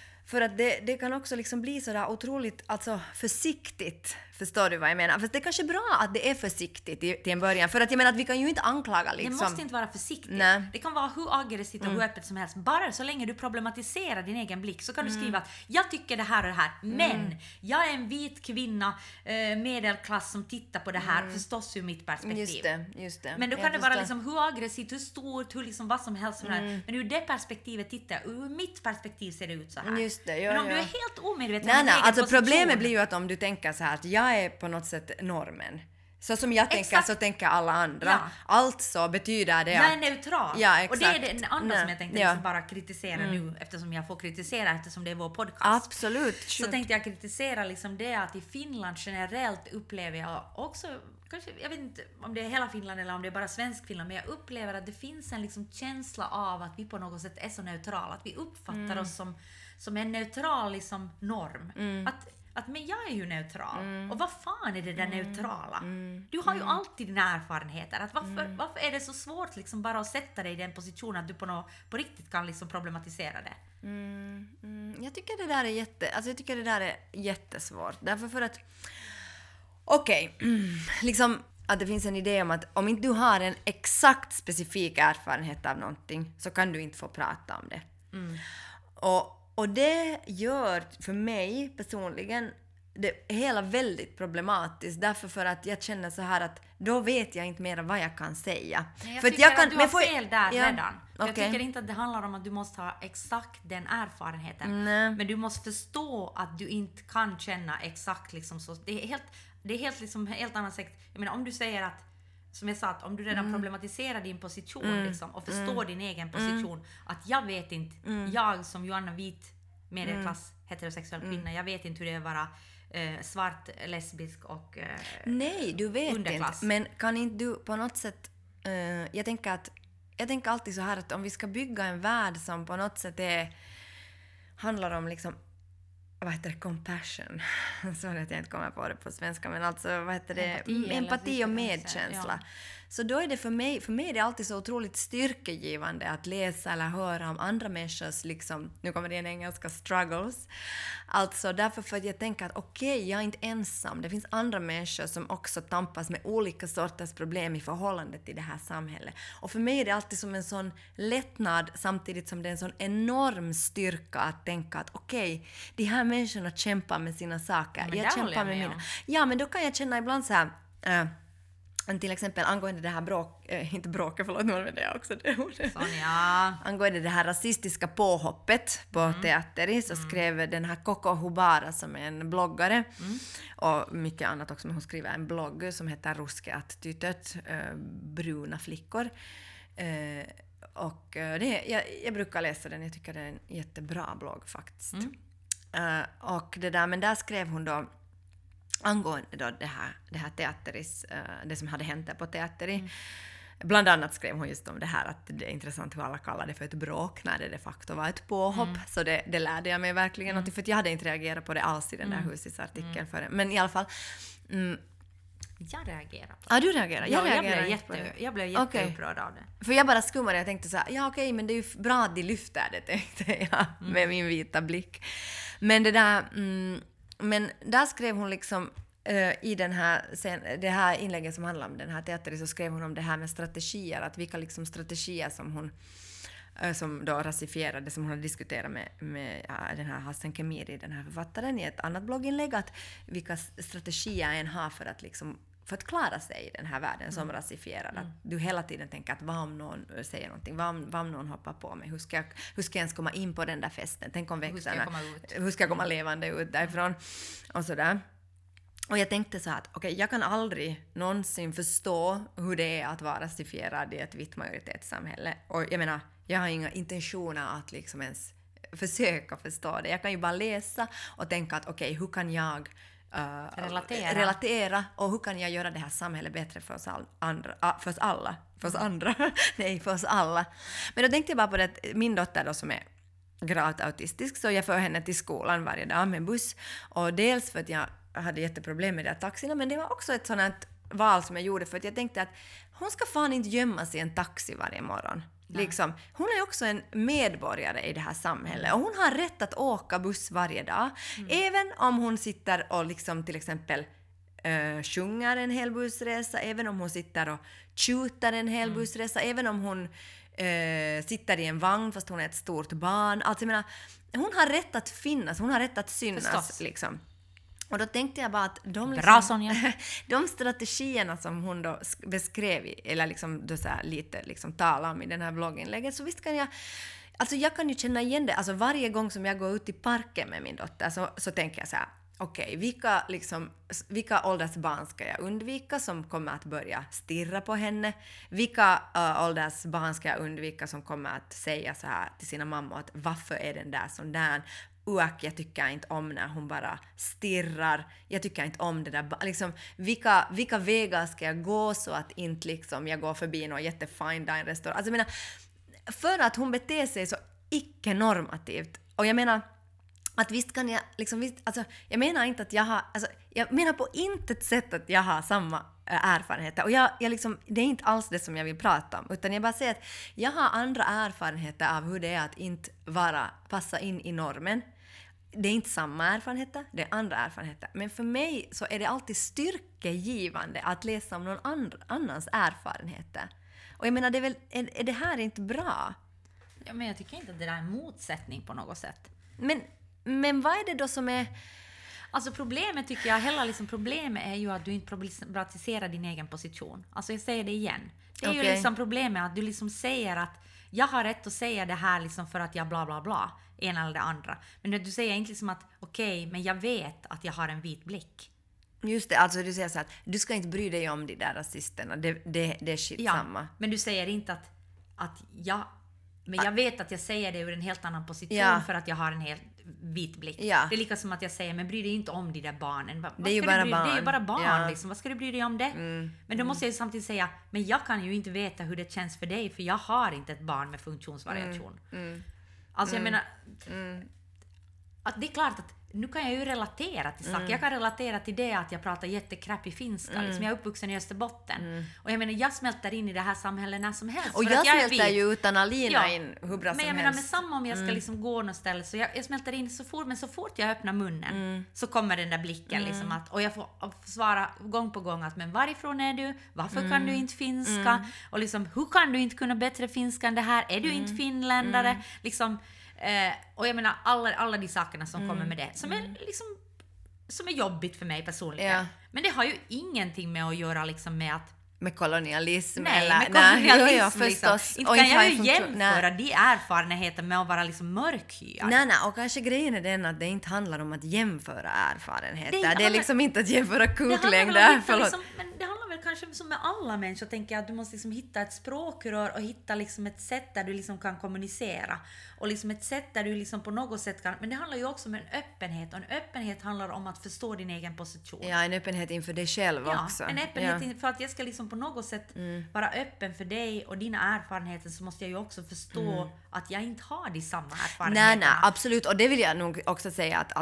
det kan också liksom bli sådär otroligt försiktigt. Förstår du vad jag menar? För det är kanske bra att det är försiktigt till en början. För att jag menar att vi kan ju inte anklaga liksom. Det måste inte vara försiktigt. Nej. Det kan vara hur aggressivt och hur öppet som helst. Bara så länge du problematiserar din egen blick så kan du skriva att jag tycker det här och det här. Men jag är en vit kvinna, medelklass som tittar på det här. Förstås ur mitt perspektiv. Just det. Men då kan det vara liksom hur aggressivt, hur stort, hur liksom vad som helst. Men ur det perspektivet tittar jag. Ur mitt perspektiv ser det ut så här. Just det, men om du är helt omedveten Nej, om din egen alltså position. problemet blir ju att om du tänker så här att jag är på något sätt normen. Så som jag tänker så tänker alla andra. Ja. Alltså betyder det jag är neutral. Ja, exakt. Och det är det andra som jag tänkte liksom bara kritisera nu, eftersom jag får kritisera eftersom det är vår podcast. Absolut. Så tänkte jag kritisera liksom det att i Finland generellt upplever jag också, kanske, jag vet inte om det är hela Finland eller om det är bara svensk Finland, men jag upplever att det finns en liksom känsla av att vi på något sätt är så neutrala, att vi uppfattar oss som en neutral liksom norm. Men jag är ju neutral. Och vad fan är det där neutrala? Du har ju alltid dina erfarenheter. Att varför är det så svårt liksom bara att sätta dig i den positionen att du på riktigt kan liksom problematisera det? Jag tycker det där är jättesvårt. Därför för att liksom att det finns en idé om att om inte du har en exakt specifik erfarenhet av någonting så kan du inte få prata om det. Och det gör för mig personligen det hela väldigt problematiskt, därför för att jag känner så här att då vet jag inte mer vad jag kan säga. Jag för tycker att du har fel där redan. Okay. Jag tycker inte att det handlar om att du måste ha exakt den erfarenheten. Men du måste förstå att du inte kan känna exakt liksom så. Det är helt liksom helt annat sätt. Jag menar om du säger att, som jag sa, att om du redan problematiserar din position liksom, och förstår din egen position, att jag vet inte, jag som Joanna vit medelklass heterosexuell kvinna, jag vet inte hur det är att vara svart, lesbisk och nej, du vet underklass. inte. Men kan inte du på något sätt jag tänker alltid så här att om vi ska bygga en värld som på något sätt handlar om liksom compassion. Så att jag inte kommer på det på svenska, men alltså empati och medkänsla. Ja. Så då är det för mig är det alltid så otroligt styrkegivande att läsa eller höra om andra människors liksom, nu kommer det en engelska, struggles. Alltså därför för att jag tänker att jag är inte ensam. Det finns andra människor som också tampas med olika sorters problem i förhållande till det här samhället. Och för mig är det alltid som en sån lättnad samtidigt som det är en sån enorm styrka att tänka att de här människorna kämpar med sina saker. Men jag kämpar med mina. Ja, men då kan jag känna ibland så här till exempel angående det här inte bråket, förlåt, men det är också det ordet. Sonja. Angående det här rasistiska påhoppet på teateri så skrev den här Coco Hubara som är en bloggare och mycket annat också, men hon skriver en blogg som heter Ruskeat tytöt, bruna flickor. Och jag brukar läsa den, jag tycker det är en jättebra blogg faktiskt. Och men där skrev hon då angående då det här teateris, det som hade hänt där på teateri. Bland annat skrev hon just om det här att det är intressant hur alla kallar det för ett bråk när det de facto var ett påhopp. Så det lärde jag mig verkligen något, för att jag hade inte reagerat på det alls i den där husisartikeln förrän. Men i alla fall Jag reagerar på det. Ja, du reagerar. Jag reagerar blev inte på det. jag blev Okej. jätteupprörd av det. För jag bara skummade, jag tänkte så här, ja okej, men det är ju bra att de lyfter det, tänkte jag, med min vita blick. Men det där, men där skrev hon liksom, i det här inlägget som handlar om den här teatern, så skrev hon om det här med strategier, att vilka liksom strategier som då rasifierade, som hon hade diskuterat med den här Hassan Khemiri, den här författaren, i ett annat blogginlägg, att vilka strategier en har för att klara sig i den här världen som rasifierad. Att du hela tiden tänker att vad om någon säger någonting, vad om någon hoppar på mig, hur ska jag ens komma in på den där festen, tänk om växlarna, hur ska jag komma levande ut därifrån och sådär. Och jag tänkte så här att okej, jag kan aldrig någonsin förstå hur det är att vara rasifierad i ett vitt majoritetssamhälle. Och jag menar, jag har inga intentioner att liksom ens försöka förstå det. Jag kan ju bara läsa och tänka att okej, hur kan jag relatera och hur kan jag göra det här samhället bättre för oss alla. Men då tänkte jag bara på det att min dotter då, som är gravt autistisk, så jag för henne till skolan varje dag med buss, och dels för att jag hade jätteproblem med det här taxina, men det var också ett sådant val som jag gjorde för att jag tänkte att hon ska fan inte gömma sig i en taxi varje morgon. Liksom, hon är också en medborgare i det här samhället och hon har rätt att åka buss varje dag. Även om hon sitter och liksom till exempel sjunger en hel bussresa, även om hon sitter och tjuter en hel bussresa, även om hon sitter i en vagn fast hon är ett stort barn. Alltså, jag menar, hon har rätt att finnas, hon har rätt att synas. Liksom. Och då tänkte jag bara att de strategierna som hon då beskrev, eller liksom då så här lite liksom tala om i den här blogginlägget, så visst kan jag kan ju känna igen det. Alltså varje gång som jag går ut i parken med min dotter så tänker jag så här, okej, vilka åldersbarn ska jag undvika som kommer att börja stirra på henne? Vilka åldersbarn ska jag undvika som kommer att säga så här till sina mammor att varför är den där sån där? Jag tycker inte om när hon bara stirrar. Jag tycker inte om det där. Liksom, vilka vägar ska jag gå så att inte liksom jag går förbi någon jättefine dine restaurang? Alltså, jag menar, för att hon beter sig så icke-normativt. Och jag menar att visst kan jag liksom, alltså, jag menar inte att jag menar på intet sätt att jag har samma erfarenheter. Och jag liksom, det är inte alls det som jag vill prata om, utan jag bara säger att jag har andra erfarenheter av hur det är att inte passa in i normen. Det är inte samma erfarenheter, det är andra erfarenheter. Men för mig så är det alltid styrkegivande att läsa om någon annans erfarenheter. Och jag menar, är det här inte bra? Ja, men jag tycker inte att det där är en motsättning på något sätt. Men vad är det då som är... Alltså problemet tycker jag, hela liksom problemet är ju att du inte problematiserar din egen position. Alltså jag säger det igen. Det är ju liksom problemet att du liksom säger att jag har rätt att säga det här liksom för att jag bla bla bla, en eller det andra. Men du säger inte liksom att okej, men jag vet att jag har en vit blick. Just det, alltså du säger så att du ska inte bry dig om de där rasisterna, det är shit samma. Men du säger inte att jag vet att jag säger det ur en helt annan position för att jag har en helt vit blick. Ja. Det är lika som att jag säger, men bry dig inte om de där barnen. Det är ju bara barn. Det är ju bara barn, liksom. Vad ska du bry dig om det? Men då måste jag samtidigt säga, men jag kan ju inte veta hur det känns för dig, för jag har inte ett barn med funktionsvariation. Alltså jag menar, att det är klart att nu kan jag ju relatera till saker. Jag kan relatera till det att jag pratar jättekrappig finska. Liksom jag är uppvuxen i Österbotten. Och jag menar, jag smälter in i det här samhället när som helst. Och jag smälter ju utan Alina in hur bra som helst. Men jag menar, med samma om jag ska liksom gå någonstans. Så jag smälter in så fort, men så fort jag öppnar munnen så kommer den där blicken. Liksom att, och jag får svara gång på gång att, men varifrån är du? Varför kan du inte finska? Och liksom, hur kan du inte kunna bättre finska än det här? Är du inte finländare? Liksom... och jag menar alla de sakerna som kommer med det som är liksom som är jobbigt för mig personligen. Men det har ju ingenting med att göra liksom med kolonialism. Nej, med kolonialism liksom. Inte kan jag ju jämföra de erfarenheter med att vara liksom mörkhyad. Nej, och kanske grejen är den att det inte handlar om att jämföra erfarenheter. Det är liksom inte att jämföra kuklängder. Men det handlar väl kanske som med alla människor, tänker jag, att du måste liksom hitta ett språkrör och hitta liksom ett sätt där du liksom kan kommunicera. Och liksom ett sätt där du liksom på något sätt kan... Men det handlar ju också om en öppenhet. Och en öppenhet handlar om att förstå din egen position. Ja, en öppenhet inför dig själv också. En öppenhet för att jag ska liksom på något sätt vara öppen för dig och dina erfarenheter, så måste jag ju också förstå att jag inte har de samma erfarenheter. Nej, absolut. Och det vill jag nog också säga att alltså,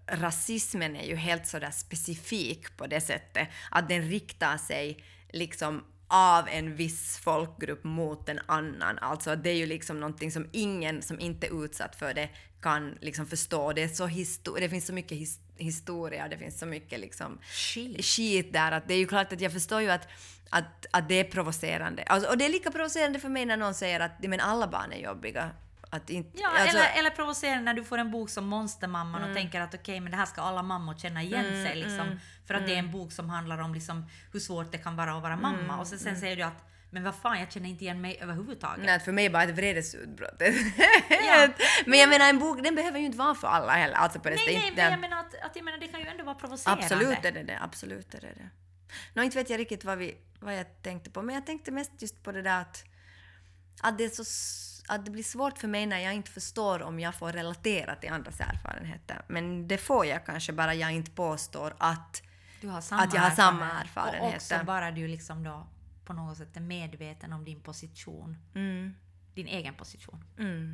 rasismen är ju helt sådär specifik på det sättet att den riktar sig liksom av en viss folkgrupp mot en annan. Alltså det är ju liksom någonting som ingen som inte är utsatt för det kan liksom förstå. Det är så det finns så mycket historia, det finns så mycket liksom skit där att det är ju klart att jag förstår ju att det är provocerande. Alltså, och det är lika provocerande för mig när någon säger att men alla barn är jobbiga. Att inte, ja, alltså, eller provocerande när du får en bok som Monstermamman och tänker att okej, men det här ska alla mammor känna igen sig liksom, för att det är en bok som handlar om liksom, hur svårt det kan vara att vara mamma och sen säger du att men vad fan, jag känner inte igen mig överhuvudtaget. Nej, för mig är bara ett vredesutbrott. Men jag menar, en bok, den behöver ju inte vara för alla heller. Alltså på det nej, men jag menar att det kan ju ändå vara provocerande. Absolut är det. Nå, inte vet jag riktigt vad jag tänkte på, men jag tänkte mest just på det där att det blir svårt för mig när jag inte förstår om jag får relatera till andras erfarenheter. Men det får jag kanske bara jag inte påstår att jag har samma erfarenheter. Och också bara du liksom då på något sätt är medveten om din position. Din egen position.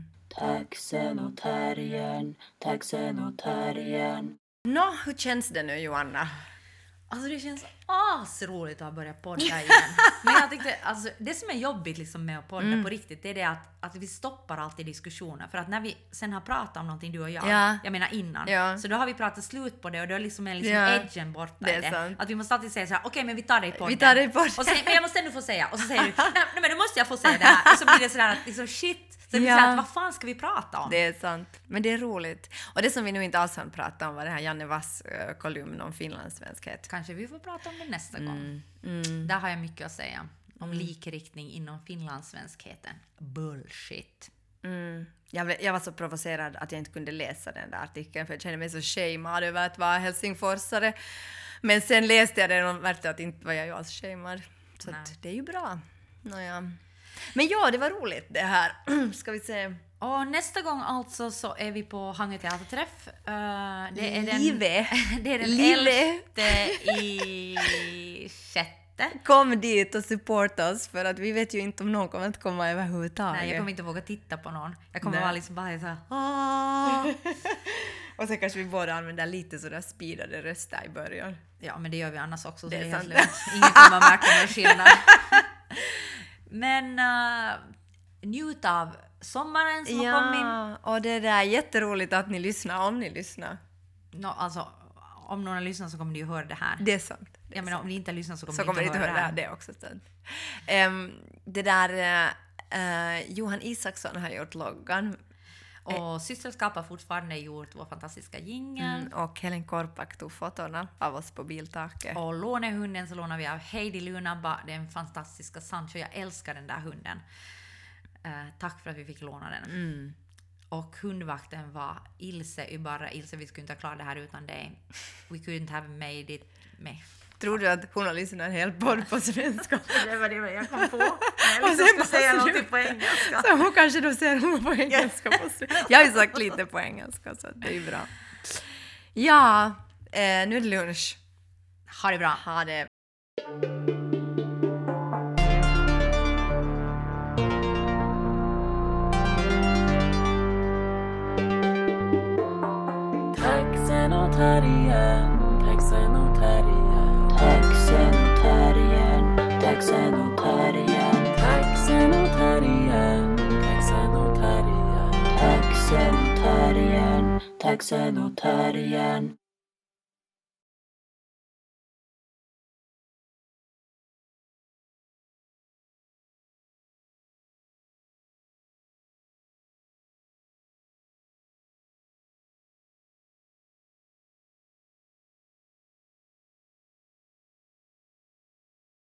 Taxenotarien. Nå, hur känns det nu, Joanna? Alltså det känns asroligt att börja podda igen. Men jag tyckte, alltså det som är jobbigt liksom med att podda på riktigt, det är det att vi stoppar alltid diskussioner. För att när vi sen har pratat om någonting, du och jag menar innan, så då har vi pratat slut på det och då liksom är liksom edgen borta det är i det. sant. Att vi måste alltid säga så här: okej, men vi tar det i podden. Och sen, men jag måste ändå få säga. Och så säger du, nej men då måste jag få säga det här. Och så blir det sådär att liksom shit. Så det blir så att vad fan ska vi prata om? Det är sant. Men det är roligt. Och det som vi nu inte alls har pratat om var det här Janne Vass kolumn om finlandssvenskhet. Kanske vi får prata om det nästa gång. Där har jag mycket att säga. Om likriktning inom finlandssvenskheten. Bullshit. Jag var så provocerad att jag inte kunde läsa den där artikeln. För jag kände mig så shamead över att vara helsingforsare. Men sen läste jag den och märkte att inte var jag ju alls shamead. Så att det är ju bra. Nåja. Men ja, det var roligt det här. Ska vi se. Och nästa gång alltså så är vi på Hangö teaterträff. Det är den 11/6. Kom dit och supporta oss för att vi vet ju inte om någon kommer att komma överhuvudtaget. Nej, jag kommer inte våga titta på någon. Jag kommer vara liksom bara så här. Och sen kanske vi båda använder lite sådär speedade röster i början. Ja, men det gör vi annars också. Det är sant. Ingen kommer märka någon skillnad. Men njut av sommaren som har kommit. Ja, och det är jätteroligt att ni lyssnar, om ni lyssnar. Alltså, om någon lyssnar så kommer ni ju höra det här. Det är sant. Jag menar, om ni inte lyssnar så kommer ni inte höra det här. Det är också sant. Det där Johan Isaksson har gjort loggan. Och Systerskap har fortfarande gjort vår fantastiska jingle. Och Helen Korpak tog fotorna av oss på biltaket. Och lånehunden så lånar vi av Heidi Lunabba. Det är en fantastiska Sancho. Jag älskar den där hunden. Tack för att vi fick låna den. Och hundvakten var Ilse Ybarra. Ilse, vi skulle inte ha klarat det här utan dig. We couldn't have made it med. Tror du att hon har lyssnat en hel podd på svenska? Det var det jag kom på. Jag skulle säga något på engelska. Så hon kanske då säger hon på engelska. Jag har ju sagt lite på engelska så det är ju bra. Ja, nu är det lunch. Ha det bra. Ha det. Taxenotarien. Taxenotarien.